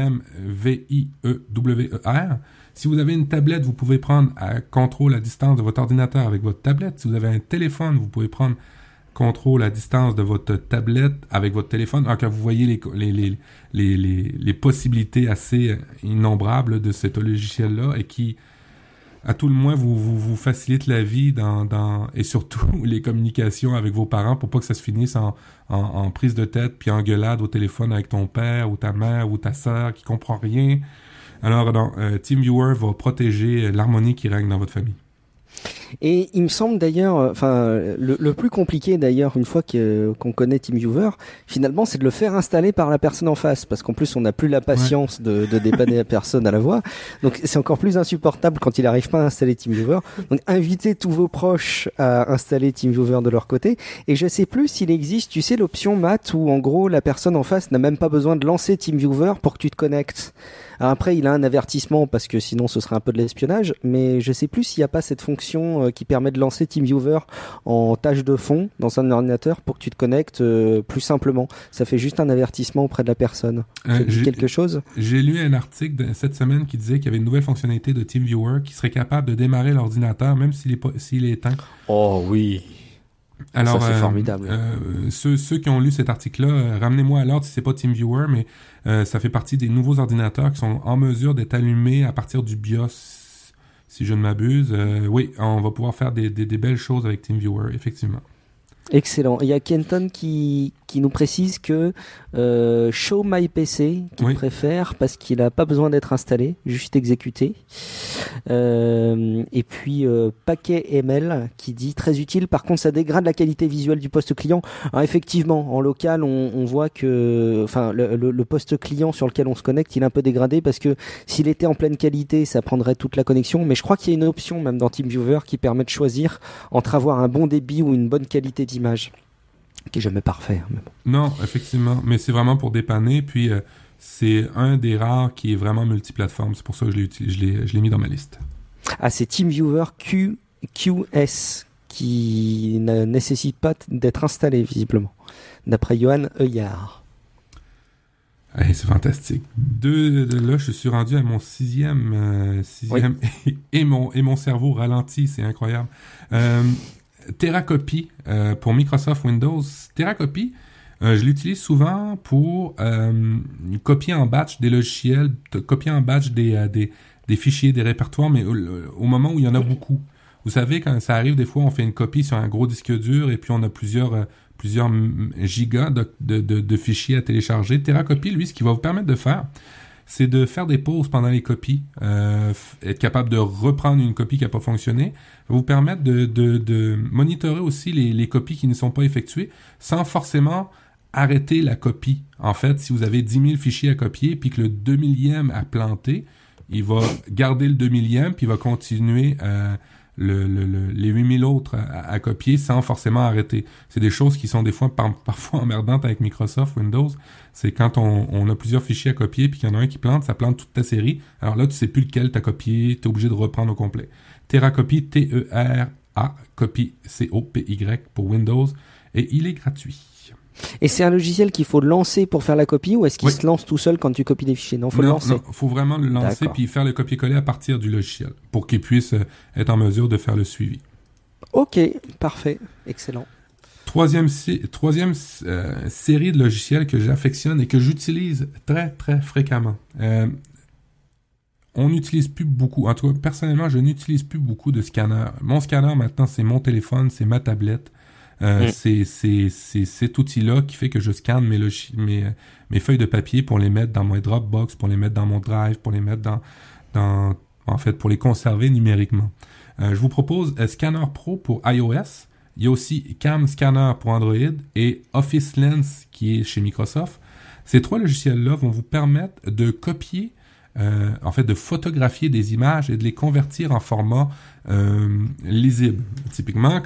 TeamViewer, si vous avez une tablette, vous pouvez prendre contrôle à distance de votre ordinateur avec votre tablette. Si vous avez un téléphone, vous pouvez prendre contrôle à distance de votre tablette avec votre téléphone. Alors, quand vous voyez les possibilités assez innombrables de ce logiciel-là et qui, à tout le moins, vous facilite la vie et surtout les communications avec vos parents pour pas que ça se finisse en prise de tête puis en gueulade au téléphone avec ton père ou ta mère ou ta sœur qui comprend rien. Alors, TeamViewer va protéger l'harmonie qui règne dans votre famille. Et il me semble d'ailleurs, le plus compliqué d'ailleurs, une fois qu'on connaît TeamViewer, finalement, c'est de le faire installer par la personne en face, parce qu'en plus, on n'a plus la patience de dépanner la personne à la voix. Donc, c'est encore plus insupportable quand il n'arrive pas à installer TeamViewer. Donc, invitez tous vos proches à installer TeamViewer de leur côté. Et je sais plus s'il existe, tu sais, l'option Matt où en gros, la personne en face n'a même pas besoin de lancer TeamViewer pour que tu te connectes. Alors après, il a un avertissement parce que sinon ce serait un peu de l'espionnage, mais je sais plus s'il n'y a pas cette fonction qui permet de lancer TeamViewer en tâche de fond dans un ordinateur pour que tu te connectes plus simplement. Ça fait juste un avertissement auprès de la personne. J'ai quelque chose. J'ai lu un article cette semaine qui disait qu'il y avait une nouvelle fonctionnalité de TeamViewer qui serait capable de démarrer l'ordinateur même s'il est éteint. Oh oui. Alors, ça, c'est formidable. Ceux qui ont lu cet article-là, ramenez-moi à l'ordre si c'est pas TeamViewer, mais ça fait partie des nouveaux ordinateurs qui sont en mesure d'être allumés à partir du BIOS, si je ne m'abuse. Oui, on va pouvoir faire des belles choses avec TeamViewer, effectivement. Excellent. Il y a Kenton qui nous précise que Show My PC qu'il préfère parce qu'il n'a pas besoin d'être installé, juste exécuté. Et puis Paquet ML qui dit très utile. Par contre, ça dégrade la qualité visuelle du poste client. Alors, effectivement, en local, on voit que, le poste client sur lequel on se connecte, il est un peu dégradé parce que s'il était en pleine qualité, ça prendrait toute la connexion. Mais je crois qu'il y a une option même dans TeamViewer qui permet de choisir entre avoir un bon débit ou une bonne qualité d'image, qui est jamais parfait. Mais bon. Non, effectivement, mais c'est vraiment pour dépanner. Puis c'est un des rares qui est vraiment multiplateforme. C'est pour ça que je l'ai mis dans ma liste. Ah, c'est TeamViewer QS qui ne nécessite pas d'être installé visiblement, d'après Johan Heuillard. Hey, c'est fantastique. Là, je suis rendu à mon sixième et mon cerveau ralentit, c'est incroyable. Terracopy pour Microsoft Windows. Terracopy, Je l'utilise souvent pour copier en batch des logiciels, copier en batch des fichiers, des répertoires, mais au moment où il y en a beaucoup. Vous savez, quand ça arrive, des fois, on fait une copie sur un gros disque dur et puis on a plusieurs gigas de fichiers à télécharger. TerraCopy, lui, ce qu'il va vous permettre de faire, c'est de faire des pauses pendant les copies, être capable de reprendre une copie qui n'a pas fonctionné, va vous permettre de monitorer aussi les copies qui ne sont pas effectuées sans forcément arrêter la copie. En fait, si vous avez 10 000 fichiers à copier puis que le 2000e a planté, il va garder le 2000e puis il va continuer les 8000 autres à copier sans forcément arrêter. C'est des choses qui sont des fois parfois emmerdantes avec Microsoft, Windows. C'est quand on a plusieurs fichiers à copier puis qu'il y en a un qui plante, ça plante toute ta série. Alors là, tu sais plus lequel t'as copié, t'es obligé de reprendre au complet. TerraCopy, T-E-R-A, copy, C-O-P-Y pour Windows, et il est gratuit. Et c'est un logiciel qu'il faut lancer pour faire la copie ou est-ce qu'il se lance tout seul quand tu copies des fichiers? Non, faut le lancer. Non, faut vraiment le lancer puis faire le copier-coller à partir du logiciel pour qu'il puisse être en mesure de faire le suivi. Ok, parfait, excellent. Troisième série de logiciels que j'affectionne et que j'utilise très très fréquemment. On n'utilise plus beaucoup. En tout cas, personnellement, je n'utilise plus beaucoup de scanners. Mon scanner maintenant, c'est mon téléphone, c'est ma tablette. C'est cet outil-là qui fait que je scanne mes feuilles de papier pour les mettre dans mon Dropbox, pour les mettre dans mon Drive, pour les mettre pour les conserver numériquement. Je vous propose Scanner Pro pour iOS. Il y a aussi Cam Scanner pour Android et Office Lens qui est chez Microsoft. Ces trois logiciels-là vont vous permettre de copier, de photographier des images et de les convertir en format lisible. Typiquement,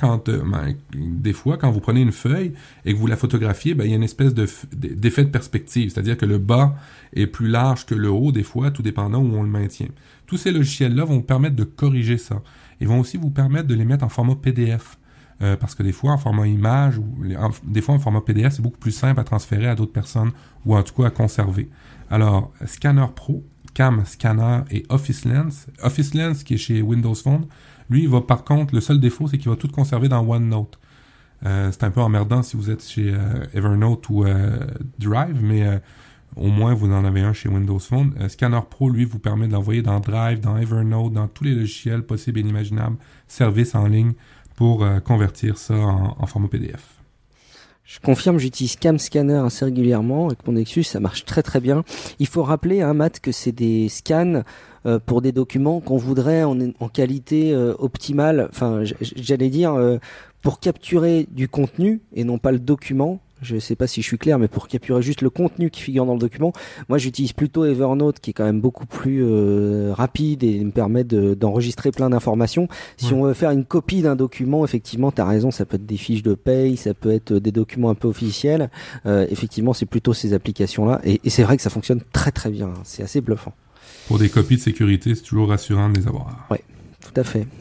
des fois, quand vous prenez une feuille et que vous la photographiez, il y a une espèce d'effet de perspective, c'est-à-dire que le bas est plus large que le haut, des fois, tout dépendant où on le maintient. Tous ces logiciels-là vont vous permettre de corriger ça. Ils vont aussi vous permettre de les mettre en format PDF. Parce que des fois, en format image, des fois en format PDF, c'est beaucoup plus simple à transférer à d'autres personnes ou en tout cas à conserver. Alors, Scanner Pro, Cam Scanner et Office Lens. Office Lens qui est chez Windows Phone, lui, par contre, le seul défaut, c'est qu'il va tout conserver dans OneNote. C'est un peu emmerdant si vous êtes chez Evernote ou Drive, mais au moins vous en avez un chez Windows Phone. Scanner Pro, lui, vous permet de l'envoyer dans Drive, dans Evernote, dans tous les logiciels possibles et inimaginables, services en ligne, pour convertir ça en format PDF. Je confirme, j'utilise Cam Scanner assez régulièrement avec mon Nexus, ça marche très très bien. Il faut rappeler, Matt, que c'est des scans pour des documents qu'on voudrait en qualité optimale, enfin j'allais dire pour capturer du contenu et non pas le document. Je sais pas si je suis clair, mais pour capturer juste le contenu qui figure dans le document, moi j'utilise plutôt Evernote qui est quand même beaucoup plus rapide et me permet d'enregistrer plein d'informations. Si on veut faire une copie d'un document, effectivement, t'as raison, ça peut être des fiches de paye, ça peut être des documents un peu officiels. Effectivement, c'est plutôt ces applications-là et c'est vrai que ça fonctionne très très bien. C'est assez bluffant. Pour des copies de sécurité, c'est toujours rassurant de les avoir. Oui, tout à fait.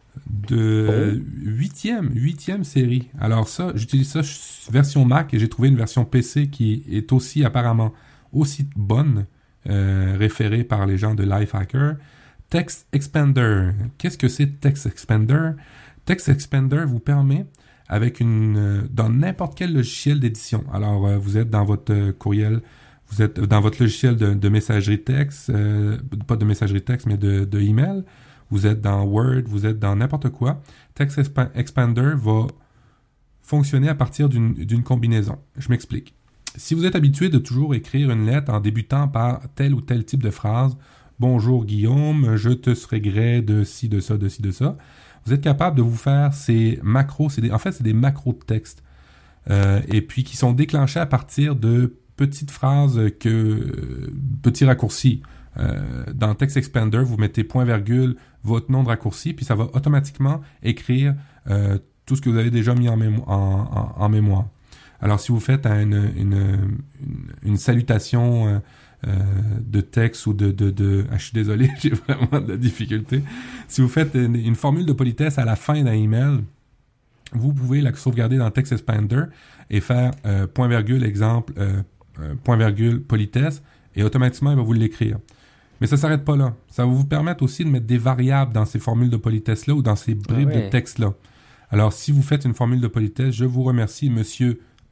Huitième série. Alors ça, j'utilise ça version Mac et j'ai trouvé une version PC qui est aussi apparemment aussi bonne, référée par les gens de Lifehacker. Text Expander. Qu'est-ce que c'est Text Expander? Text Expander vous permet, dans n'importe quel logiciel d'édition. Alors, vous êtes dans votre courriel, vous êtes dans votre logiciel de messagerie texte, pas de messagerie texte, mais de email. Vous êtes dans Word, vous êtes dans n'importe quoi. Text Expander va fonctionner à partir d'une combinaison. Je m'explique. Si vous êtes habitué de toujours écrire une lettre en débutant par tel ou tel type de phrase, « Bonjour Guillaume, je te serai gré de ci, de ça, de ci, de ça », vous êtes capable de vous faire ces macros, c'est des macros de texte, et puis qui sont déclenchés à partir de petites phrases, petits raccourcis. Dans Text Expander, vous mettez point virgule, votre nom de raccourci, puis ça va automatiquement écrire tout ce que vous avez déjà mis en mémoire. Alors, si vous faites une salutation de texte ou je suis désolé, j'ai vraiment de la difficulté. Si vous faites une formule de politesse à la fin d'un email, vous pouvez la sauvegarder dans Text Expander et faire point virgule, exemple, point virgule, politesse, et automatiquement, il va vous l'écrire. Mais ça s'arrête pas là. Ça va vous permettre aussi de mettre des variables dans ces formules de politesse-là ou dans ces bribes de texte-là. Alors, si vous faites une formule de politesse, je vous remercie, monsieur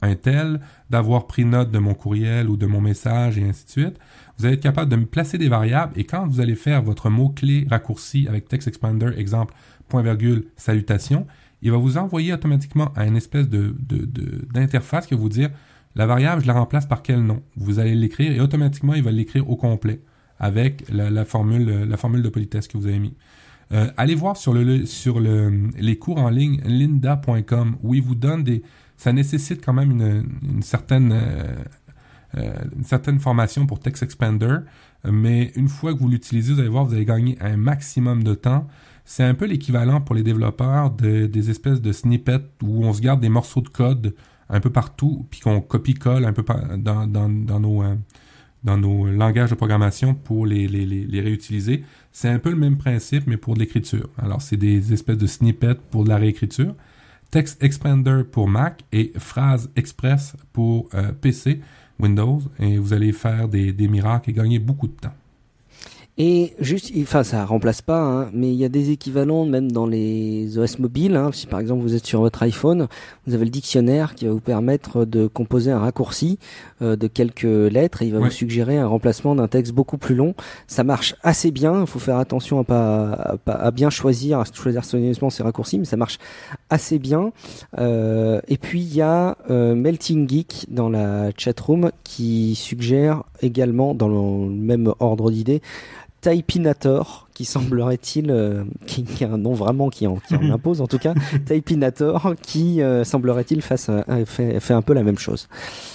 un tel, d'avoir pris note de mon courriel ou de mon message et ainsi de suite. Vous allez être capable de me placer des variables et quand vous allez faire votre mot-clé raccourci avec Text Expander, exemple, point virgule, salutation, il va vous envoyer automatiquement à une espèce d'interface qui va vous dire la variable, je la remplace par quel nom. Vous allez l'écrire et automatiquement, il va l'écrire au complet avec la formule de politesse que vous avez mis. Allez voir sur les cours en ligne lynda.com où il vous donne ça nécessite quand même une certaine formation pour Text Expander, mais une fois que vous l'utilisez, vous allez voir, vous allez gagner un maximum de temps. C'est un peu l'équivalent pour les développeurs des espèces de snippets où on se garde des morceaux de code un peu partout, puis qu'on copie-colle un peu dans nos langages de programmation pour les réutiliser. C'est un peu le même principe, mais pour de l'écriture. Alors, c'est des espèces de snippets pour de la réécriture. Text Expander pour Mac et Phrase Express pour PC, Windows, et vous allez faire des miracles et gagner beaucoup de temps. Et juste, enfin, ça remplace pas, hein, mais il y a des équivalents même dans les OS mobiles. Hein, si par exemple vous êtes sur votre iPhone, vous avez le dictionnaire qui va vous permettre de composer un raccourci de quelques lettres et il va vous suggérer un remplacement d'un texte beaucoup plus long. Ça marche assez bien. Il faut faire attention à bien choisir soigneusement ces raccourcis, mais ça marche assez bien. Et puis il y a Melting Geek dans la chatroom qui suggère également dans le même ordre d'idées Typinator, qui semblerait-il, qui a un nom vraiment qui en impose en tout cas, Typinator, qui semblerait-il fait un peu la même chose.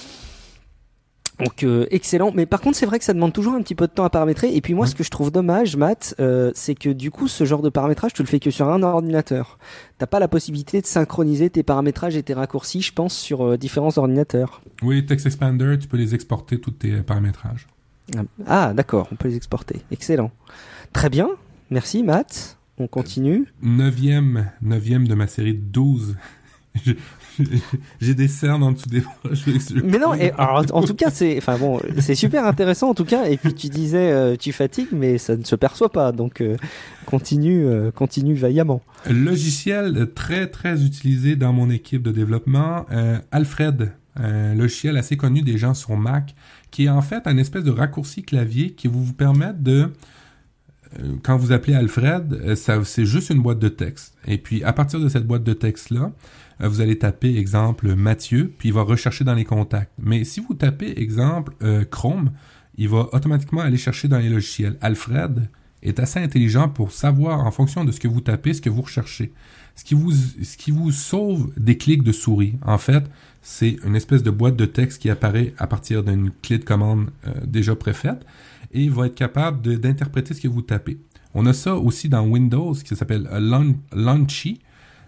Donc excellent, mais par contre c'est vrai que ça demande toujours un petit peu de temps à paramétrer. Et puis moi, ce que je trouve dommage, Matt, c'est que du coup ce genre de paramétrage, tu le fais que sur un ordinateur. T'as pas la possibilité de synchroniser tes paramétrages et tes raccourcis, je pense, sur différents ordinateurs. Oui, Text Expander, tu peux les exporter tous tes paramétrages. Ah d'accord, on peut les exporter. Excellent. Très bien, merci Matt. On continue. Neuvième de ma série de 12. J'ai des cernes en dessous des bras. Mais non, alors, en tout cas, c'est super intéressant en tout cas. Et puis tu disais, tu fatigues, mais ça ne se perçoit pas. Donc continue vaillamment. Logiciel très très utilisé dans mon équipe de développement, Alfred. Un logiciel assez connu des gens sur Mac, qui est en fait un espèce de raccourci clavier qui vous permet de, quand vous appelez Alfred, c'est juste une boîte de texte. Et puis, à partir de cette boîte de texte-là, vous allez taper, exemple, Mathieu, puis il va rechercher dans les contacts. Mais si vous tapez, exemple, Chrome, il va automatiquement aller chercher dans les logiciels. Alfred est assez intelligent pour savoir, en fonction de ce que vous tapez, ce que vous recherchez. Ce qui vous sauve des clics de souris. En fait, c'est une espèce de boîte de texte qui apparaît à partir d'une clé de commande déjà préfaite et il va être capable d'interpréter ce que vous tapez. On a ça aussi dans Windows qui s'appelle Launchy,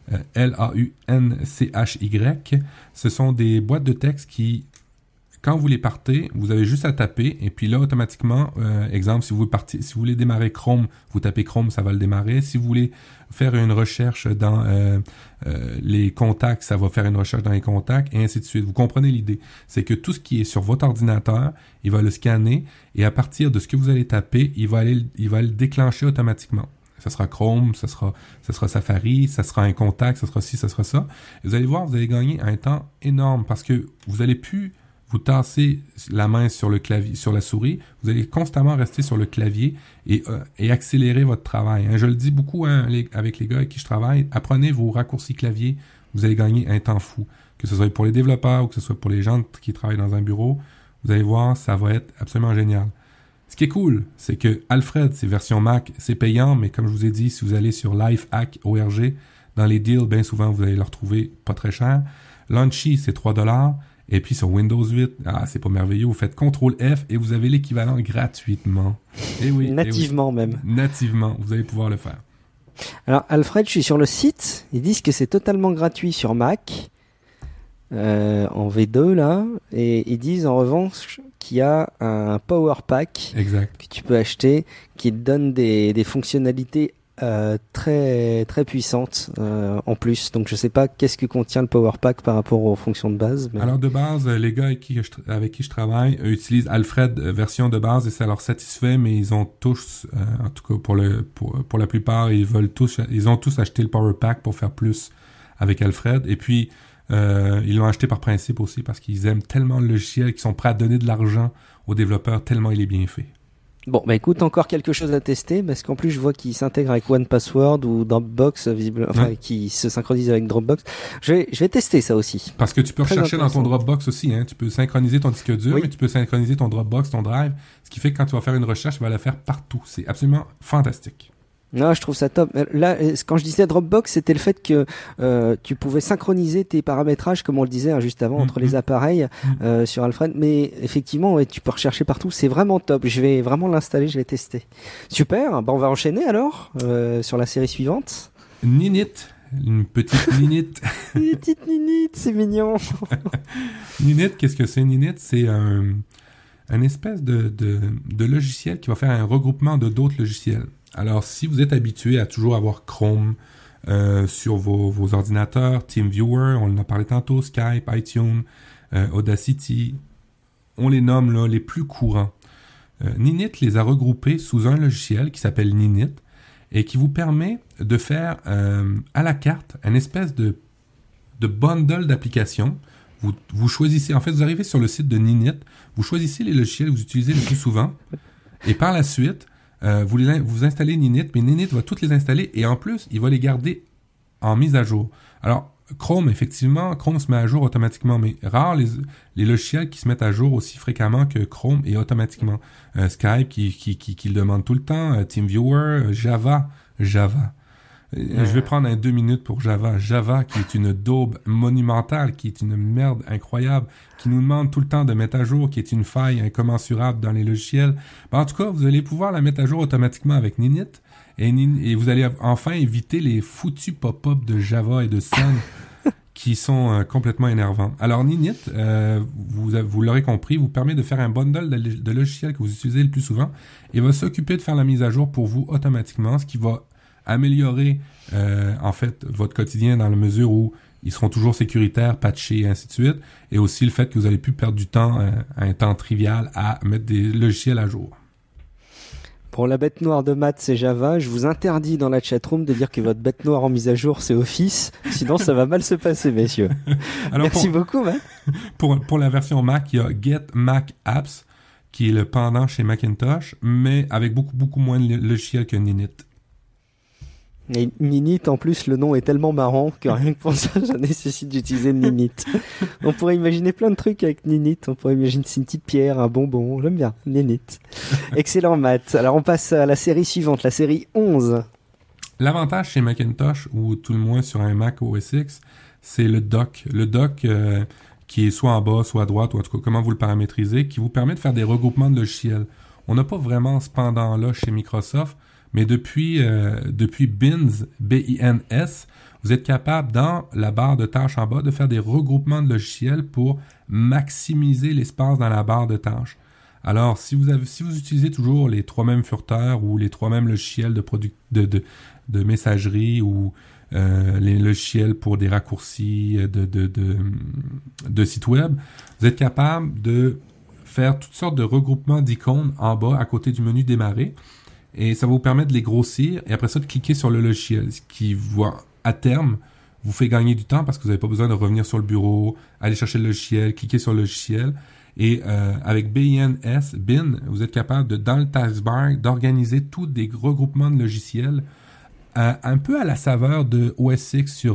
L-A-U-N-C-H-Y. Ce sont des boîtes de texte qui, quand vous les partez, vous avez juste à taper et puis là, automatiquement, exemple, si vous voulez démarrer Chrome, vous tapez Chrome, ça va le démarrer. Si vous voulez faire une recherche dans les contacts, ça va faire une recherche dans les contacts et ainsi de suite. Vous comprenez l'idée. C'est que tout ce qui est sur votre ordinateur, il va le scanner et à partir de ce que vous allez taper, il va le déclencher automatiquement. Ça sera Chrome, ça sera Safari, ça sera un contact, ça sera ci, ça sera ça. Et vous allez voir, vous allez gagner un temps énorme parce que vous allez plus vous tassez la main sur le clavier, sur la souris, vous allez constamment rester sur le clavier et accélérer votre travail. Je le dis beaucoup avec les gars avec qui je travaille, apprenez vos raccourcis clavier, vous allez gagner un temps fou. Que ce soit pour les développeurs ou que ce soit pour les gens qui travaillent dans un bureau, vous allez voir, ça va être absolument génial. Ce qui est cool, c'est que Alfred, c'est version Mac, c'est payant, mais comme je vous ai dit, si vous allez sur Lifehack.org, dans les deals, bien souvent, vous allez le retrouver pas très cher. Launchy, c'est $3. Et puis sur Windows 8, c'est pas merveilleux, vous faites CTRL-F et vous avez l'équivalent gratuitement. Et oui, nativement même. Nativement, vous allez pouvoir le faire. Alors Alfred, je suis sur le site, ils disent que c'est totalement gratuit sur Mac, en V2 là, et ils disent en revanche qu'il y a un Power Pack que tu peux acheter qui te donne des fonctionnalités très très puissante en plus, donc je sais pas qu'est-ce que contient le Power Pack par rapport aux fonctions de base. Mais... Alors de base, les gars avec qui je travaille utilisent Alfred version de base et ça leur satisfait, mais ils ont tous, en tout cas pour la plupart, ils ont tous acheté le Power Pack pour faire plus avec Alfred. Et puis Ils l'ont acheté par principe aussi parce qu'ils aiment tellement le logiciel qu'ils sont prêts à donner de l'argent aux développeurs tellement il est bien fait. Bon, bah écoute, encore quelque chose à tester, parce qu'en plus je vois qu'il s'intègre avec OnePassword ou Dropbox, qui se synchronise avec Dropbox. Je vais tester ça aussi. Parce que tu peux Très rechercher dans ton intéressant. Dropbox aussi, hein. Tu peux synchroniser ton disque dur, Oui. mais tu peux synchroniser ton Dropbox, ton Drive, ce qui fait que quand tu vas faire une recherche, tu vas la faire partout. C'est absolument fantastique. Non, je trouve ça top. Là, quand je disais Dropbox, c'était le fait que tu pouvais synchroniser tes paramétrages, comme on le disait juste avant, entre les appareils sur Alfred. Mais effectivement, ouais, tu peux rechercher partout. C'est vraiment top. Je vais vraiment l'installer, je vais tester. Super. Bah, on va enchaîner alors sur la série suivante. Ninit, une petite Ninit. Petite Ninite, c'est mignon. Ninit, qu'est-ce que c'est? Ninit, c'est un espèce de logiciel qui va faire un regroupement de d'autres logiciels. Alors, si vous êtes habitué à toujours avoir Chrome sur vos ordinateurs, TeamViewer, on en a parlé tantôt, Skype, iTunes, Audacity, on les nomme là les plus courants. Ninit les a regroupés sous un logiciel qui s'appelle Ninit et qui vous permet de faire à la carte une espèce de bundle d'applications. Vous choisissez, en fait, vous arrivez sur le site de Ninit, vous choisissez les logiciels que vous utilisez le plus souvent et par la suite, vous installez Ninit, mais Ninit va toutes les installer et en plus, il va les garder en mise à jour. Alors, Chrome, effectivement, Chrome se met à jour automatiquement, mais rares les logiciels qui se mettent à jour aussi fréquemment que Chrome et automatiquement. Skype qui le demande tout le temps, TeamViewer, Java. Je vais prendre 2 minutes pour Java. Java, qui est une daube monumentale, qui est une merde incroyable, qui nous demande tout le temps de mettre à jour, qui est une faille incommensurable dans les logiciels. Ben, en tout cas, vous allez pouvoir la mettre à jour automatiquement avec Ninit, et vous allez enfin éviter les foutus pop-up de Java et de Sun qui sont complètement énervants. Alors, Ninit, vous l'aurez compris, vous permet de faire un bundle de logiciels que vous utilisez le plus souvent, et va s'occuper de faire la mise à jour pour vous automatiquement, ce qui va améliorer en fait votre quotidien dans la mesure où ils seront toujours sécuritaires, patchés et ainsi de suite, et aussi le fait que vous allez plus perdre du temps, un temps trivial à mettre des logiciels à jour. Pour la bête noire de Matt, c'est Java. Je vous interdis dans la chatroom de dire que votre bête noire en mise à jour, c'est Office. Sinon, ça va mal se passer, messieurs. Alors merci beaucoup, Matt. Pour la version Mac, il y a Get Mac Apps, qui est le pendant chez Macintosh, mais avec beaucoup moins de logiciels que Ninit. Et Ninit, en plus, le nom est tellement marrant que rien que pour ça, ça nécessite d'utiliser Ninit. On pourrait imaginer plein de trucs avec Ninit. On pourrait imaginer une petite pierre, un bonbon. J'aime bien, Ninit. Excellent, Matt. Alors, on passe à la série suivante, la série 11. L'avantage chez Macintosh, ou tout le moins sur un Mac OS X, c'est le dock. Le dock qui est soit en bas, soit à droite, ou en tout cas, comment vous le paramétrisez, qui vous permet de faire des regroupements de logiciels. On n'a pas vraiment ce pendant-là chez Microsoft, mais depuis BINS, B-I-N-S, vous êtes capable, dans la barre de tâches en bas, de faire des regroupements de logiciels pour maximiser l'espace dans la barre de tâches. Alors, si vous utilisez toujours les 3 mêmes furteurs ou les 3 mêmes logiciels de messagerie ou les logiciels pour des raccourcis de sites web, vous êtes capable de faire toutes sortes de regroupements d'icônes en bas à côté du menu démarrer. Et ça va vous permettre de les grossir et après ça de cliquer sur le logiciel, ce qui à terme vous fait gagner du temps parce que vous n'avez pas besoin de revenir sur le bureau, aller chercher le logiciel, cliquer sur le logiciel. Et avec BIN, vous êtes capable dans le taskbar d'organiser tous des regroupements de logiciels un peu à la saveur de OS X sur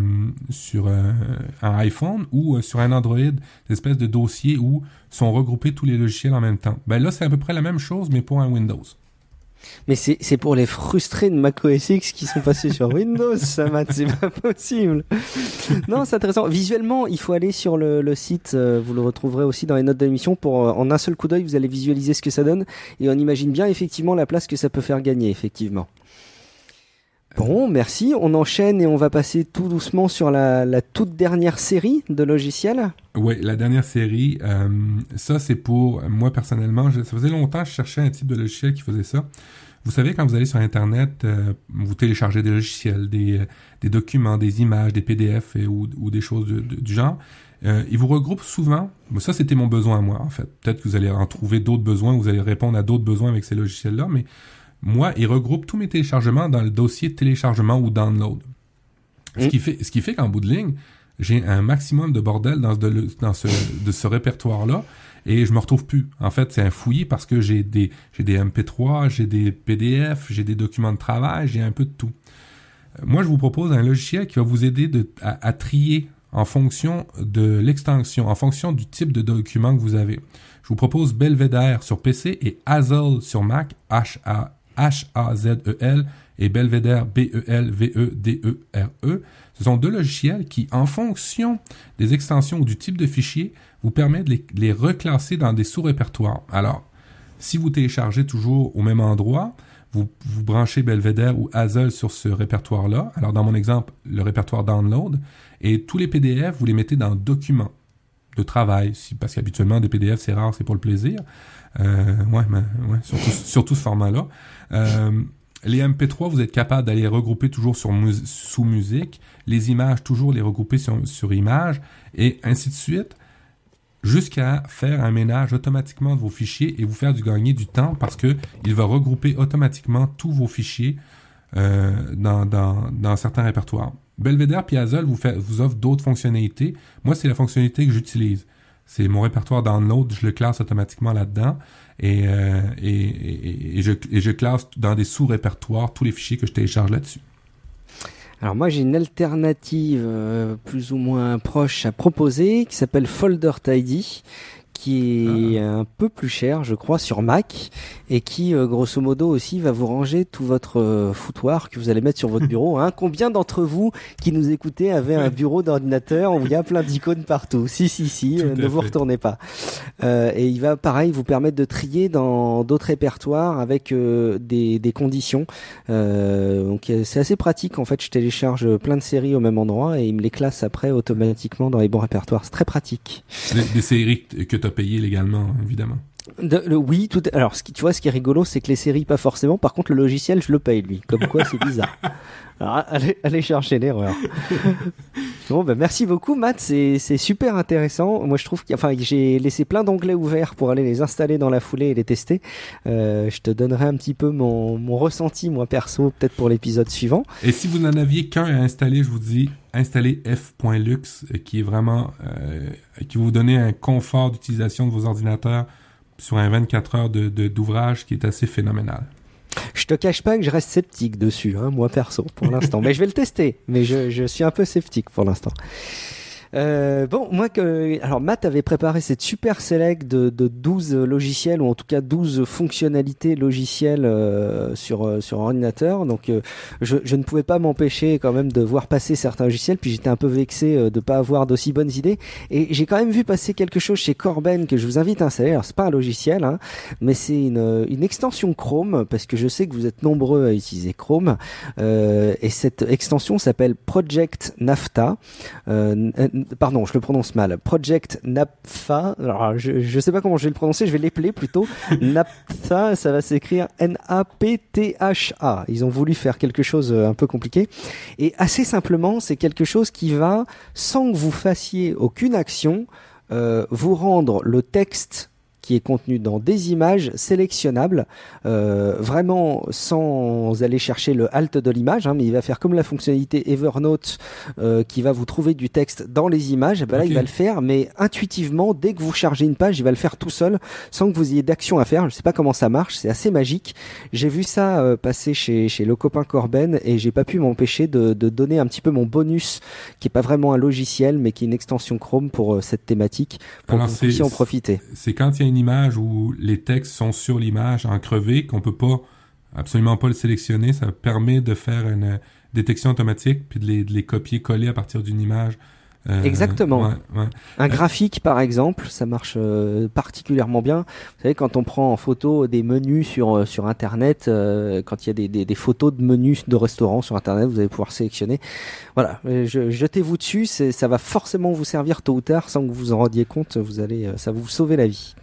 un iPhone ou sur un Android, des espèces de dossiers où sont regroupés tous les logiciels en même temps. Ben là, c'est à peu près la même chose, mais pour un Windows. Mais c'est pour les frustrés de Mac OS X qui sont passés sur Windows, ça, Matt, c'est pas possible. Non, c'est intéressant. Visuellement, il faut aller sur le site, vous le retrouverez aussi dans les notes de l'émission pour, en un seul coup d'œil, vous allez visualiser ce que ça donne et on imagine bien effectivement la place que ça peut faire gagner, effectivement. Bon, merci. On enchaîne et on va passer tout doucement sur la toute dernière série de logiciels. Oui, la dernière série, ça c'est pour moi personnellement. Ça faisait longtemps que je cherchais un type de logiciel qui faisait ça. Vous savez, quand vous allez sur Internet, vous téléchargez des logiciels, des documents, des images, des PDF ou des choses du genre. Ils vous regroupent souvent. Ça, c'était mon besoin, moi, en fait. Peut-être que vous allez en trouver d'autres besoins, vous allez répondre à d'autres besoins avec ces logiciels-là, mais moi, ils regroupent tous mes téléchargements dans le dossier téléchargement ou download. Ce qui fait qu'en bout de ligne, j'ai un maximum de bordel de ce répertoire-là et je me retrouve plus. En fait, c'est un fouillis parce que j'ai des MP3, j'ai des PDF, j'ai des documents de travail, j'ai un peu de tout. Moi, je vous propose un logiciel qui va vous aider à trier en fonction de l'extension, en fonction du type de document que vous avez. Je vous propose Belvedere sur PC et Hazel sur Mac, Hazel, et Belvedere, Belvedere. Ce sont deux logiciels qui, en fonction des extensions ou du type de fichier, vous permettent de les reclasser dans des sous-répertoires. Alors, si vous téléchargez toujours au même endroit, vous branchez Belvedere ou Hazel sur ce répertoire-là. Alors, dans mon exemple, le répertoire Download. Et tous les PDF, vous les mettez dans Documents de travail. Parce qu'habituellement, des PDF, c'est rare, c'est pour le plaisir. Surtout ce format-là. Les MP3, vous êtes capable d'aller regrouper toujours sous musique. Les images, toujours les regrouper sur images. Et ainsi de suite. Jusqu'à faire un ménage automatiquement de vos fichiers et vous faire gagner du temps parce que il va regrouper automatiquement tous vos fichiers dans certains répertoires. Belvedere puis Hazel vous offre d'autres fonctionnalités. Moi, c'est la fonctionnalité que j'utilise. C'est mon répertoire download, je le classe automatiquement là-dedans et je classe dans des sous-répertoires tous les fichiers que je télécharge là-dessus. Alors moi j'ai une alternative plus ou moins proche à proposer qui s'appelle FolderTidy, qui est un peu plus cher, je crois, sur Mac, et qui, grosso modo, aussi va vous ranger tout votre foutoir que vous allez mettre sur votre bureau. Hein. Combien d'entre vous qui nous écoutez avaient un bureau d'ordinateur où il y a plein d'icônes partout? Si, ne vous retournez pas. Et il va, pareil, vous permettre de trier dans d'autres répertoires avec des conditions. Donc c'est assez pratique, en fait. Je télécharge plein de séries au même endroit et il me les classe après automatiquement dans les bons répertoires. C'est très pratique. Des séries que tu as payées légalement, évidemment. Oui, alors ce qui est rigolo, c'est que les séries pas forcément. Par contre, le logiciel, je le paye lui. Comme quoi, c'est bizarre. Alors, allez chercher l'erreur. Bon, merci beaucoup, Matt. C'est super intéressant. Moi, je trouve j'ai laissé plein d'onglets ouverts pour aller les installer dans la foulée et les tester. Je te donnerai un petit peu mon ressenti, moi perso, peut-être pour l'épisode suivant. Et si vous n'en aviez qu'un à installer, je vous dis, installez f.lux, qui est vraiment, qui va vous donner un confort d'utilisation de vos ordinateurs sur un 24 heures d'ouvrage qui est assez phénoménal. Je te cache pas que je reste sceptique dessus, hein, moi perso, pour l'instant. Mais je vais le tester. Mais je suis un peu sceptique pour l'instant. Alors Matt avait préparé cette super select de 12 logiciels, ou en tout cas 12 fonctionnalités logicielles sur ordinateur. Donc je ne pouvais pas m'empêcher quand même de voir passer certains logiciels, puis j'étais un peu vexé de pas avoir d'aussi bonnes idées. Et j'ai quand même vu passer quelque chose chez Corben que je vous invite à installer. Alors c'est pas un logiciel, hein, mais c'est une extension Chrome, parce que je sais que vous êtes nombreux à utiliser Chrome. Et cette extension s'appelle Project Naphtha. Pardon, je le prononce mal. Project Naphtha. Alors, je sais pas comment je vais le prononcer, je vais l'épeler plutôt. Naphtha, ça va s'écrire Naptha. Ils ont voulu faire quelque chose un peu compliqué. Et assez simplement, c'est quelque chose qui va, sans que vous fassiez aucune action, vous rendre le texte qui est contenu dans des images sélectionnables, vraiment sans aller chercher le alt de l'image, hein, mais il va faire comme la fonctionnalité Evernote qui va vous trouver du texte dans les images. Et ben là, il va le faire, mais intuitivement, dès que vous chargez une page, il va le faire tout seul, sans que vous ayez d'action à faire. Je sais pas comment ça marche, c'est assez magique. J'ai vu ça passer chez le copain Corben et j'ai pas pu m'empêcher de donner un petit peu mon bonus, qui est pas vraiment un logiciel, mais qui est une extension Chrome pour cette thématique, pour que vous puissiez en profiter. C'est quand il y a une image où les textes sont sur l'image encrevés, qu'on peut absolument pas le sélectionner, ça permet de faire une détection automatique puis de les copier-coller à partir d'une image. Exactement. Ouais. Un graphique, par exemple, ça marche particulièrement bien. Vous savez, quand on prend en photo des menus sur Internet, quand il y a des photos de menus de restaurants sur Internet, vous allez pouvoir sélectionner. Voilà, jetez-vous dessus, ça va forcément vous servir tôt ou tard, sans que vous en rendiez compte. Ça va vous sauver la vie.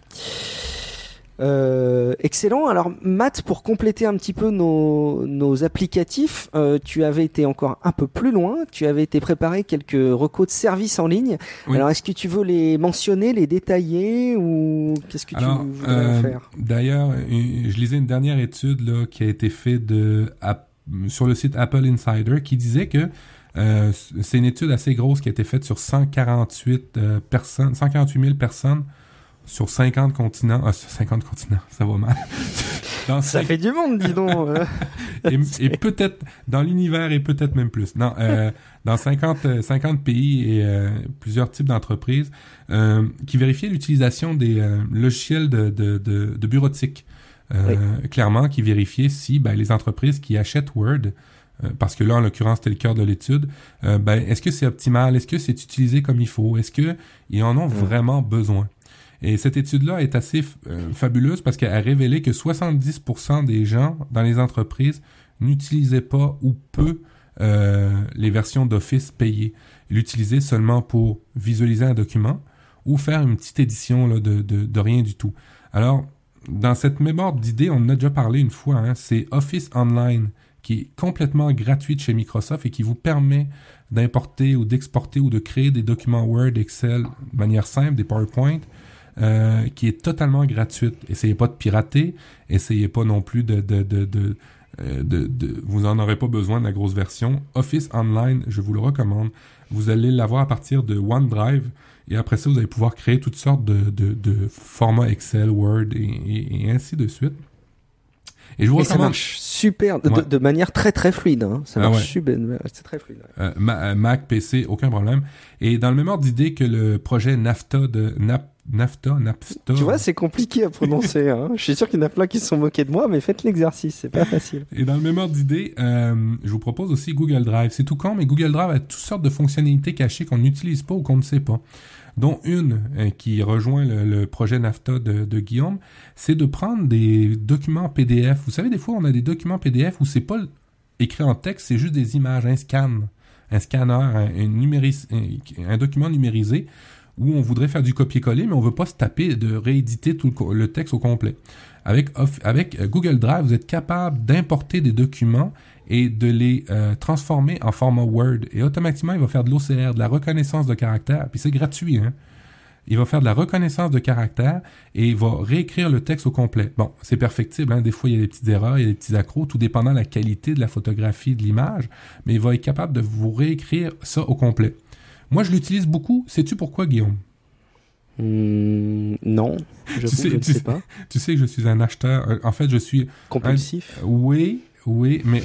Excellent. Alors Matt, pour compléter un petit peu nos applicatifs, tu avais été encore un peu plus loin, tu avais été préparé quelques recos de services en ligne. Oui. Alors est-ce que tu veux les mentionner, les détailler, ou qu'est-ce que tu voudrais faire? D'ailleurs, je lisais une dernière étude là, qui a été faite sur le site Apple Insider, qui disait que C'est une étude assez grosse qui a été faite sur 148 personnes, 148 000 personnes sur 50 continents. Sur 50 continents, ça va mal. Ça fait du monde, dis donc. et peut-être dans l'univers et peut-être même plus. Non, dans 50 pays et plusieurs types d'entreprises qui vérifiaient l'utilisation des logiciels de bureautique. Oui. Clairement, qui vérifiaient si les entreprises qui achètent Word, parce que là, en l'occurrence, c'était le cœur de l'étude, est-ce que c'est optimal? Est-ce que c'est utilisé comme il faut? Est-ce qu'ils en ont vraiment besoin? Et cette étude-là est assez fabuleuse parce qu'elle a révélé que 70% des gens dans les entreprises n'utilisaient pas ou peu les versions d'Office payées. Ils l'utilisaient seulement pour visualiser un document ou faire une petite édition là, de rien du tout. Alors, dans cette même ordre d'idée, on en a déjà parlé une fois, c'est Office Online qui est complètement gratuite chez Microsoft et qui vous permet d'importer ou d'exporter ou de créer des documents Word, Excel de manière simple, des PowerPoint, qui est totalement gratuite. Essayez pas de pirater, essayez pas non plus vous en aurez pas besoin de la grosse version. Office Online, je vous le recommande. Vous allez l'avoir à partir de OneDrive et après ça, vous allez pouvoir créer toutes sortes de formats Excel, Word et ainsi de suite. Et je vous recommande. Ça marche super, de manière très très fluide. Ça marche super, c'est très fluide. Mac, PC, aucun problème. Et dans le même ordre d'idée que le projet NAFTA. Tu vois, c'est compliqué à prononcer. Je suis sûr qu'il y en a plein qui se sont moqués de moi, mais faites l'exercice, c'est pas facile. Et dans le même ordre d'idée, je vous propose aussi Google Drive. C'est tout con, mais Google Drive a toutes sortes de fonctionnalités cachées qu'on n'utilise pas ou qu'on ne sait pas. Dont une qui rejoint le projet NAFTA de Guillaume, c'est de prendre des documents PDF. Vous savez, des fois, on a des documents PDF où c'est pas écrit en texte, c'est juste des images, un scanner, un document numérisé où on voudrait faire du copier-coller, mais on veut pas se taper de rééditer tout le texte au complet. Avec Google Drive, vous êtes capable d'importer des documents et de les transformer en format Word. Et automatiquement, il va faire de l'OCR, de la reconnaissance de caractère. Puis c'est gratuit, Il va faire de la reconnaissance de caractère et il va réécrire le texte au complet. Bon, c'est perfectible, Des fois, il y a des petites erreurs, il y a des petits accros, tout dépendant de la qualité de la photographie, de l'image. Mais il va être capable de vous réécrire ça au complet. Moi, je l'utilise beaucoup. Sais-tu pourquoi, Guillaume? Non, je ne sais pas. Tu sais que je suis un acheteur. En fait, je suis compulsif. Oui, mais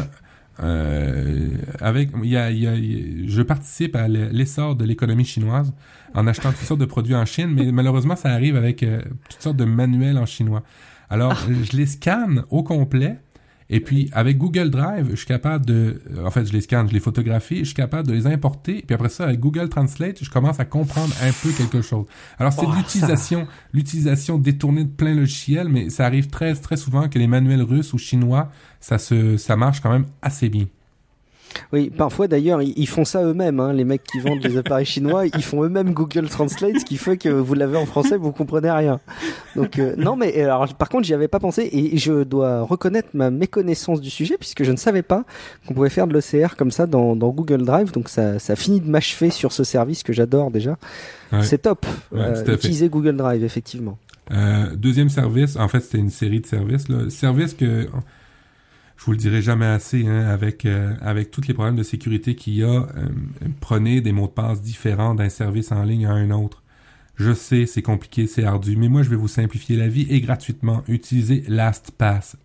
je participe à l'essor de l'économie chinoise en achetant toutes sortes de produits en Chine, mais malheureusement, ça arrive avec toutes sortes de manuels en chinois. Alors, je les scanne au complet. Et puis, avec Google Drive, je suis capable je les scanne, je les photographie, je suis capable de les importer. Puis après ça, avec Google Translate, je commence à comprendre un peu quelque chose. Alors, c'est l'utilisation détournée de plein logiciels, mais ça arrive très, très souvent que les manuels russes ou chinois, ça marche quand même assez bien. Oui, parfois d'ailleurs, ils font ça eux-mêmes, les mecs qui vendent des appareils chinois, ils font eux-mêmes Google Translate, ce qui fait que vous l'avez en français, vous comprenez rien. Donc non, mais alors par contre, j'y avais pas pensé et je dois reconnaître ma méconnaissance du sujet puisque je ne savais pas qu'on pouvait faire de l'OCR comme ça dans Google Drive. Donc ça finit de m'achever sur ce service que j'adore déjà. Ouais. C'est top. Utiliser Google Drive, effectivement. Deuxième service, en fait, c'était une série de services. Service que je vous le dirai jamais assez, avec tous les problèmes de sécurité qu'il y a, prenez des mots de passe différents d'un service en ligne à un autre. Je sais, c'est compliqué, c'est ardu, mais moi, je vais vous simplifier la vie et gratuitement. Utilisez LastPass.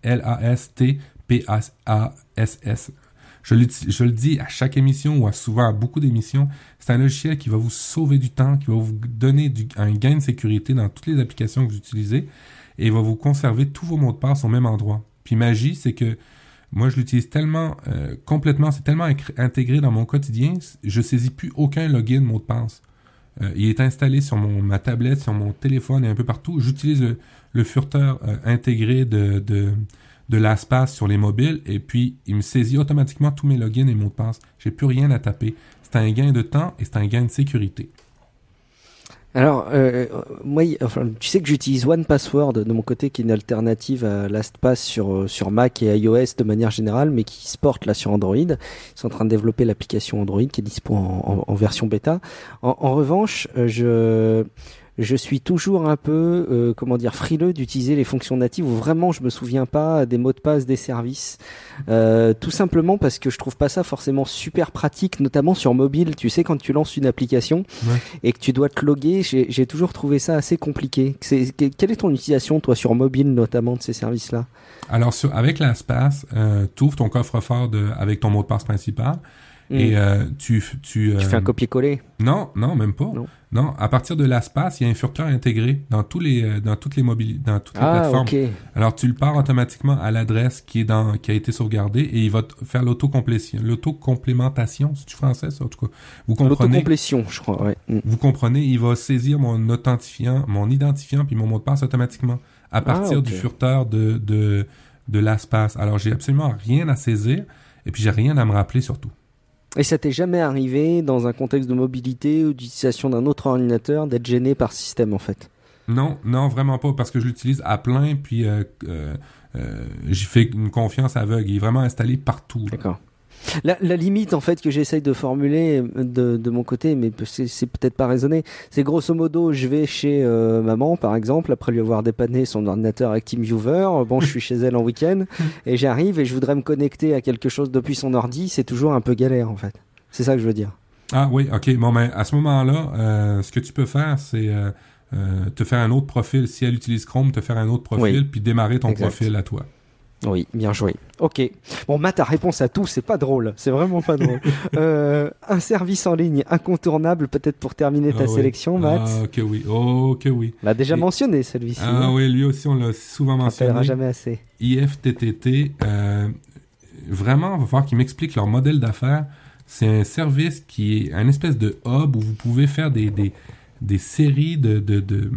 LASTPASS. Je le dis à chaque émission ou souvent à beaucoup d'émissions, c'est un logiciel qui va vous sauver du temps, qui va vous donner un gain de sécurité dans toutes les applications que vous utilisez et il va vous conserver tous vos mots de passe au même endroit. Puis magie, c'est que moi, je l'utilise tellement complètement, c'est tellement intégré dans mon quotidien, je saisis plus aucun login mot de passe. Il est installé sur ma tablette, sur mon téléphone et un peu partout. J'utilise le furteur intégré de LastPass sur les mobiles et puis il me saisit automatiquement tous mes logins et mots de passe. J'ai plus rien à taper. C'est un gain de temps et c'est un gain de sécurité. Alors, moi, tu sais que j'utilise OnePassword de mon côté, qui est une alternative à LastPass sur Mac et iOS de manière générale, mais qui se porte là sur Android. Ils sont en train de développer l'application Android qui est dispo en version bêta. En revanche, je suis toujours un peu, frileux d'utiliser les fonctions natives où vraiment je me souviens pas des mots de passe des services. Tout simplement parce que je trouve pas ça forcément super pratique, notamment sur mobile. Tu sais, quand tu lances une application et que tu dois te loguer, j'ai toujours trouvé ça assez compliqué. Quelle est ton utilisation, toi, sur mobile, notamment, de ces services-là? Alors, avec LastPass, tu ouvres ton coffre-fort avec ton mot de passe principal. Et tu fais un copier-coller? Non, même pas. Non, à partir de LastPass, il y a un furteur intégré dans toutes les plateformes. Okay. Alors tu le pars automatiquement à l'adresse qui a été sauvegardée et il va faire l'autocomplémentation, c'est du français ça en tout cas. Vous comprenez? L'autocomplétion, je crois, ouais. Vous comprenez, il va saisir mon identifiant puis mon mot de passe automatiquement à partir du furteur de LastPass. Alors j'ai absolument rien à saisir et puis j'ai rien à me rappeler surtout. Et ça t'est jamais arrivé, dans un contexte de mobilité ou d'utilisation d'un autre ordinateur, d'être gêné par ce système, en fait? Non, vraiment pas, parce que je l'utilise à plein, puis j'y fais une confiance aveugle. Il est vraiment installé partout. D'accord. La limite, en fait, que j'essaye de formuler de mon côté, mais c'est peut-être pas raisonné, c'est grosso modo, je vais chez maman, par exemple, après lui avoir dépanné son ordinateur avec TeamViewer. Bon, je suis chez elle en week-end, et j'arrive et je voudrais me connecter à quelque chose depuis son ordi. C'est toujours un peu galère, en fait. C'est ça que je veux dire. Ah oui, ok. Bon, ben, à ce moment-là, ce que tu peux faire, c'est te faire un autre profil. Si elle utilise Chrome, te faire un autre profil, puis démarrer ton profil à toi. Oui, bien joué. Ok. Bon, Matt, ta réponse à tout, c'est pas drôle. C'est vraiment pas drôle. Un service en ligne incontournable, peut-être pour terminer ta sélection, Matt. Que oui. Oh, que oui. On l'a déjà mentionné, celui-ci. Oui, lui aussi, on l'a souvent mentionné. On ne jamais assez. IFTTT, vraiment, il va falloir qu'ils m'expliquent leur modèle d'affaires. C'est un service qui est un espèce de hub où vous pouvez faire des séries de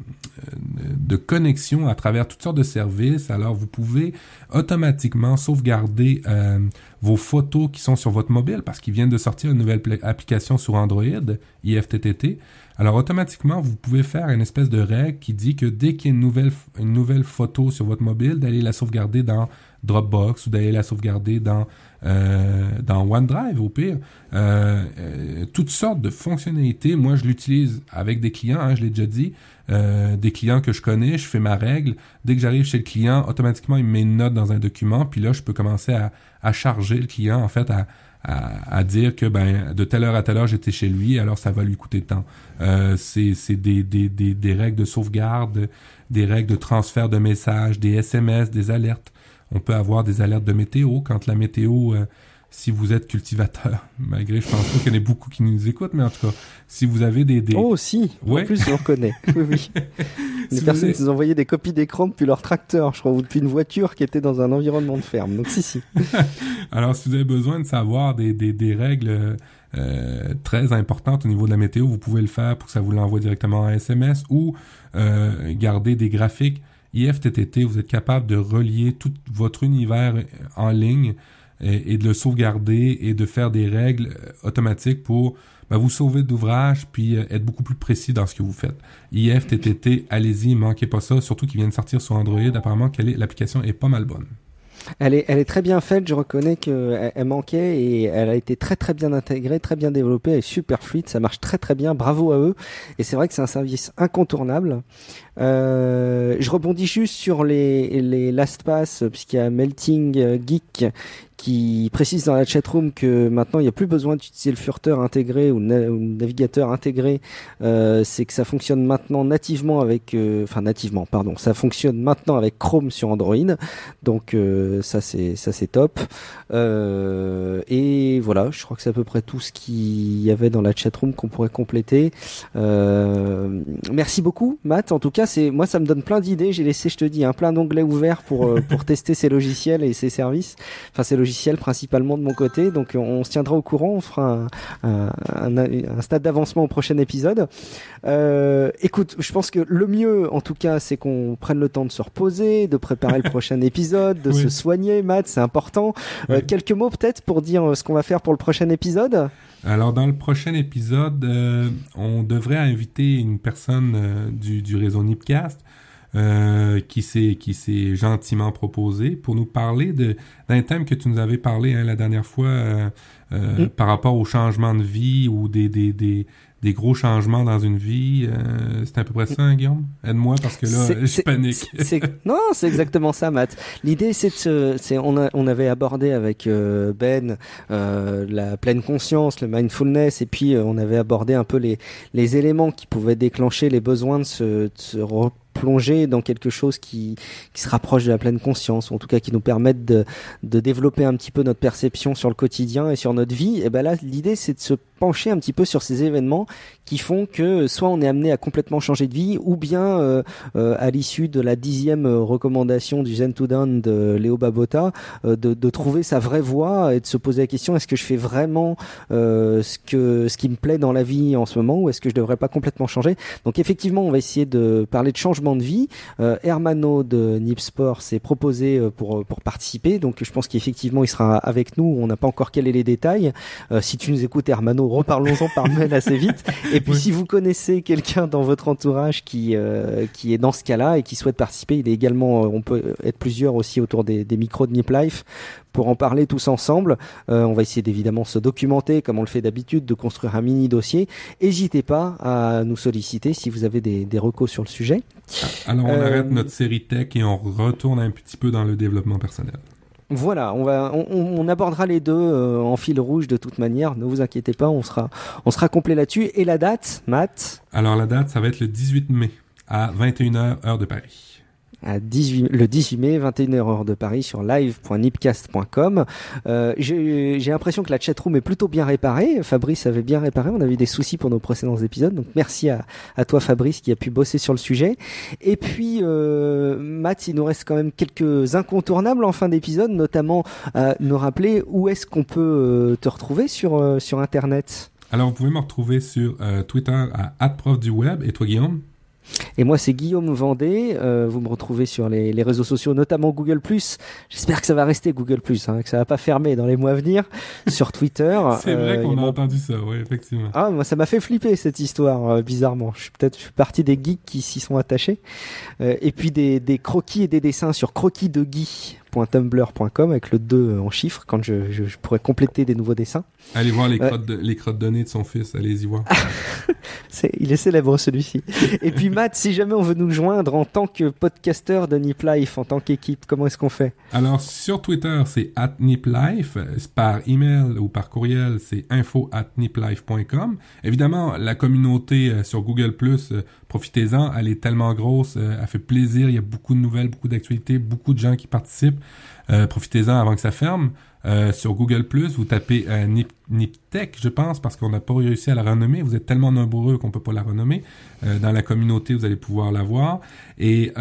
connexions à travers toutes sortes de services. Alors, vous pouvez automatiquement sauvegarder vos photos qui sont sur votre mobile parce qu'ils viennent de sortir une nouvelle application sur Android, IFTTT. Alors, automatiquement, vous pouvez faire une espèce de règle qui dit que dès qu'il y a une nouvelle photo sur votre mobile, d'aller la sauvegarder dans Dropbox ou d'aller la sauvegarder dans OneDrive au pire. Toutes sortes de fonctionnalités. Moi, je l'utilise avec des clients, je l'ai déjà dit, des clients que je connais, je fais ma règle. Dès que j'arrive chez le client, automatiquement, il me met une note dans un document, puis là, je peux commencer à charger le client, en fait, à dire que de telle heure à telle heure, j'étais chez lui, alors ça va lui coûter tant. C'est des règles de sauvegarde, des règles de transfert de messages, des SMS, des alertes. On peut avoir des alertes de météo quand la météo, si vous êtes cultivateur, malgré je pense pas qu'il y en ait beaucoup qui nous écoutent, mais en tout cas, si vous avez des... Oh si, en plus on reconnaît. Oui. Les personnes nous envoyaient des copies d'écran depuis leur tracteur, je crois, ou depuis une voiture qui était dans un environnement de ferme. Donc si. Alors si vous avez besoin de savoir des règles très importantes au niveau de la météo, vous pouvez le faire pour que ça vous l'envoie directement en SMS ou garder des graphiques. IFTTT, vous êtes capable de relier tout votre univers en ligne et de le sauvegarder et de faire des règles automatiques pour vous sauver d'ouvrage puis être beaucoup plus précis dans ce que vous faites. IFTTT, allez-y, manquez pas ça, surtout qu'il vient de sortir sur Android. Apparemment, l'application est pas mal bonne. Elle est très bien faite, je reconnais qu'elle manquait et elle a été très très bien intégrée, très bien développée, elle est super fluide, ça marche très très bien, bravo à eux. Et c'est vrai que c'est un service incontournable. Je rebondis juste sur les LastPass, puisqu'il y a Melting Geek qui précise dans la chatroom que maintenant il n'y a plus besoin d'utiliser le furteur intégré ou le navigateur intégré, c'est que ça fonctionne maintenant nativement avec, ça fonctionne maintenant avec Chrome sur Android, donc ça c'est top. Et voilà, je crois que c'est à peu près tout ce qu'il y avait dans la chatroom qu'on pourrait compléter. Merci beaucoup Matt, en tout cas moi ça me donne plein d'idées, j'ai laissé, je te dis, plein d'onglets ouverts pour tester ces logiciels et ces services, enfin ces logiciels principalement de mon côté, donc on se tiendra au courant, on fera un stade d'avancement au prochain épisode. Écoute, je pense que le mieux en tout cas c'est qu'on prenne le temps de se reposer, de préparer le prochain épisode, de se soigner, Matt, c'est important. Quelques mots peut-être pour dire ce qu'on va faire pour le prochain épisode. Alors dans le prochain épisode, on devrait inviter une personne du réseau Nipcast qui s'est gentiment proposé pour nous parler d'un thème que tu nous avais parlé la dernière fois par rapport au changement de vie ou des des gros changements dans une vie. C'est à peu près ça, hein, Guillaume? Aide-moi parce que là, je panique. Non, c'est exactement ça, Matt. L'idée, on avait abordé avec Ben la pleine conscience, le mindfulness, et puis on avait abordé un peu les éléments qui pouvaient déclencher les besoins de se plonger dans quelque chose qui se rapproche de la pleine conscience, ou en tout cas qui nous permette de développer un petit peu notre perception sur le quotidien et sur notre vie. Et ben là, l'idée, c'est de se pencher un petit peu sur ces événements qui font que soit on est amené à complètement changer de vie, ou bien à l'issue de la 10e recommandation du Zen to Down de Léo Babauta, de trouver sa vraie voie et de se poser la question: est-ce que je fais vraiment ce qui me plaît dans la vie en ce moment, ou est-ce que je devrais pas complètement changer? Donc effectivement, on va essayer de parler de changement de vie. Hermano de Nipsport s'est proposé pour participer, donc je pense qu'effectivement il sera avec nous. On n'a pas encore calé les détails. Si tu nous écoutes, Hermano, reparlons-en par mail assez vite. Et puis si vous connaissez quelqu'un dans votre entourage qui est dans ce cas-là et qui souhaite participer, il est également, on peut être plusieurs aussi autour des micros de Nip Life pour en parler tous ensemble. On va essayer d'évidemment se documenter comme on le fait d'habitude, de construire un mini dossier. N'hésitez pas à nous solliciter si vous avez des recos sur le sujet. Alors on arrête notre série tech et on retourne un petit peu dans le développement personnel. Voilà, on abordera les deux en fil rouge de toute manière. Ne vous inquiétez pas, on sera complet là-dessus. Et la date, Matt? Alors la date, ça va être le 18 mai à 21h heure de Paris. Le 18 mai, 21h heure de Paris, sur live.nipcast.com. J'ai l'impression que la chatroom est plutôt bien réparée. Fabrice avait bien réparé. On avait eu des soucis pour nos précédents épisodes. Donc merci à toi, Fabrice, qui a pu bosser sur le sujet. Et puis, Matt, il nous reste quand même quelques incontournables en fin d'épisode, notamment nous rappeler où est-ce qu'on peut te retrouver sur Internet. Alors, vous pouvez me retrouver sur Twitter à @profduweb. Et toi, Guillaume? Et moi, c'est Guillaume Vendée. Vous me retrouvez sur les réseaux sociaux, notamment Google+. J'espère que ça va rester Google+, que ça va pas fermer dans les mois à venir. Sur Twitter. C'est vrai qu'on a entendu ça, oui, effectivement. Ah, moi, ça m'a fait flipper cette histoire, bizarrement. Je suis partie des geeks qui s'y sont attachés. Et puis des croquis et des dessins sur croquisdeguy.tumblr.com avec le 2 en chiffres, quand je pourrais compléter des nouveaux dessins. Allez voir les crottes de nez de son fils, allez-y voir. Il est célèbre, celui-ci. Et puis Matt, si jamais on veut nous joindre en tant que podcasteur de Nip Life, en tant qu'équipe, comment est-ce qu'on fait? Alors sur Twitter, c'est @niplife, par email ou par courriel, c'est info@niplife.com. Évidemment, la communauté sur Google+, profitez-en, elle est tellement grosse, elle fait plaisir, il y a beaucoup de nouvelles, beaucoup d'actualités, beaucoup de gens qui participent. Profitez-en avant que ça ferme. Sur Google+, vous tapez Niptech, je pense, parce qu'on n'a pas réussi à la renommer. Vous êtes tellement nombreux qu'on peut pas la renommer. Dans la communauté, vous allez pouvoir la voir. Et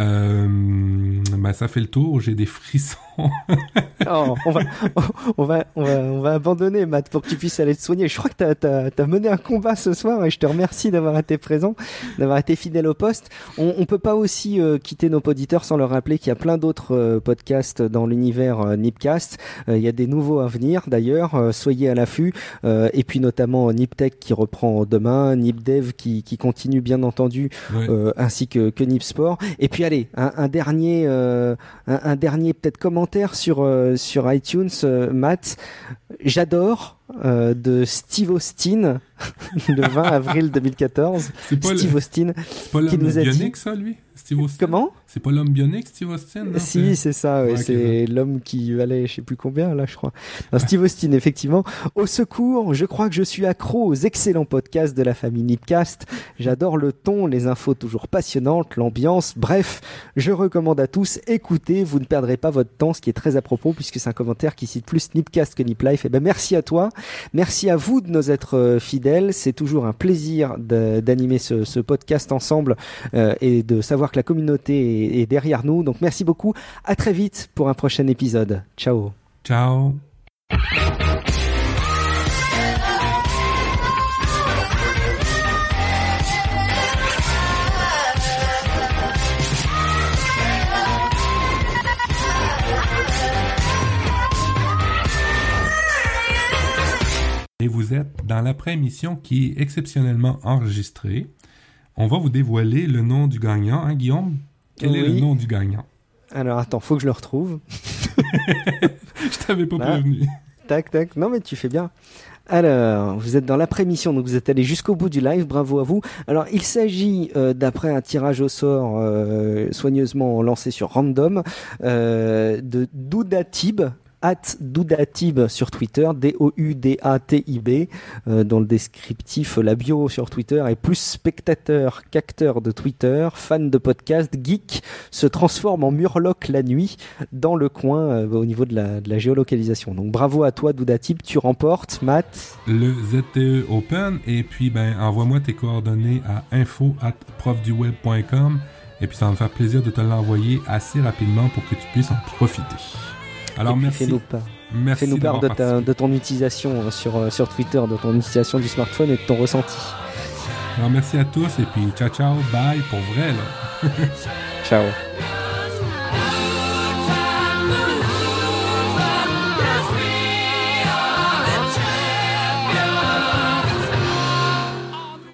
ça fait le tour. J'ai des frissons. Oh, on va abandonner, Matt, pour que tu puisses aller te soigner. Je crois que t'as mené un combat ce soir et je te remercie d'avoir été présent, d'avoir été fidèle au poste. On peut pas aussi quitter nos auditeurs sans leur rappeler qu'il y a plein d'autres podcasts dans l'univers Nipcast. Il y a des nouveaux à venir d'ailleurs. Soyez à l'affût. Et puis notamment Niptech qui reprend demain, Nipdev qui continue bien entendu, ouais. Ainsi que Nipsport. Et puis allez, un dernier peut-être commentaire sur iTunes, Matt. J'adore de Steve Austin le 20 avril 2014. Steve Austin qui nous a dit... bionique, ça, lui? Steve Austin. Comment? C'est pas l'homme bionique, Steve Austin? Non? Si, c'est ça, ouais, c'est l'homme qui valait je sais plus combien, là, je crois. Non, Steve Austin, effectivement. Au secours, je crois que je suis accro aux excellents podcasts de la famille Nipcast. J'adore le ton, les infos toujours passionnantes, l'ambiance. Bref, je recommande à tous, écoutez, vous ne perdrez pas votre temps, ce qui est très à propos, puisque c'est un commentaire qui cite plus Nipcast que Nip Life. Et ben, merci à toi. Merci à vous de nous être fidèles. C'est toujours un plaisir d'animer ce podcast ensemble et de savoir que la communauté est derrière nous. Donc merci beaucoup. À très vite pour un prochain épisode. Ciao. Ciao. Et vous êtes dans l'après-émission qui est exceptionnellement enregistrée. On va vous dévoiler le nom du gagnant, hein, Guillaume? Quel est le nom du gagnant? Alors, attends, faut que je le retrouve. Je t'avais pas prévenu. Tac, tac. Non, mais tu fais bien. Alors, vous êtes dans l'après-émission, donc vous êtes allé jusqu'au bout du live, bravo à vous. Alors, il s'agit, d'après un tirage au sort soigneusement lancé sur Random, de Doudatib, @Doudatib sur Twitter, Doudatib, dans le descriptif, la bio sur Twitter est plus spectateur qu'acteur de Twitter, fan de podcast, geek, se transforme en Murloc la nuit dans le coin au niveau de la géolocalisation. Donc bravo à toi Doudatib, tu remportes, Matt. Le ZTE Open, et puis envoie-moi tes coordonnées à info@profduweb.com, et puis ça va me faire plaisir de te l'envoyer assez rapidement pour que tu puisses en profiter. Alors merci. Fais-nous part de ton utilisation sur Twitter, de ton utilisation du smartphone et de ton ressenti. Alors merci à tous et puis ciao, bye pour vrai là. Ciao.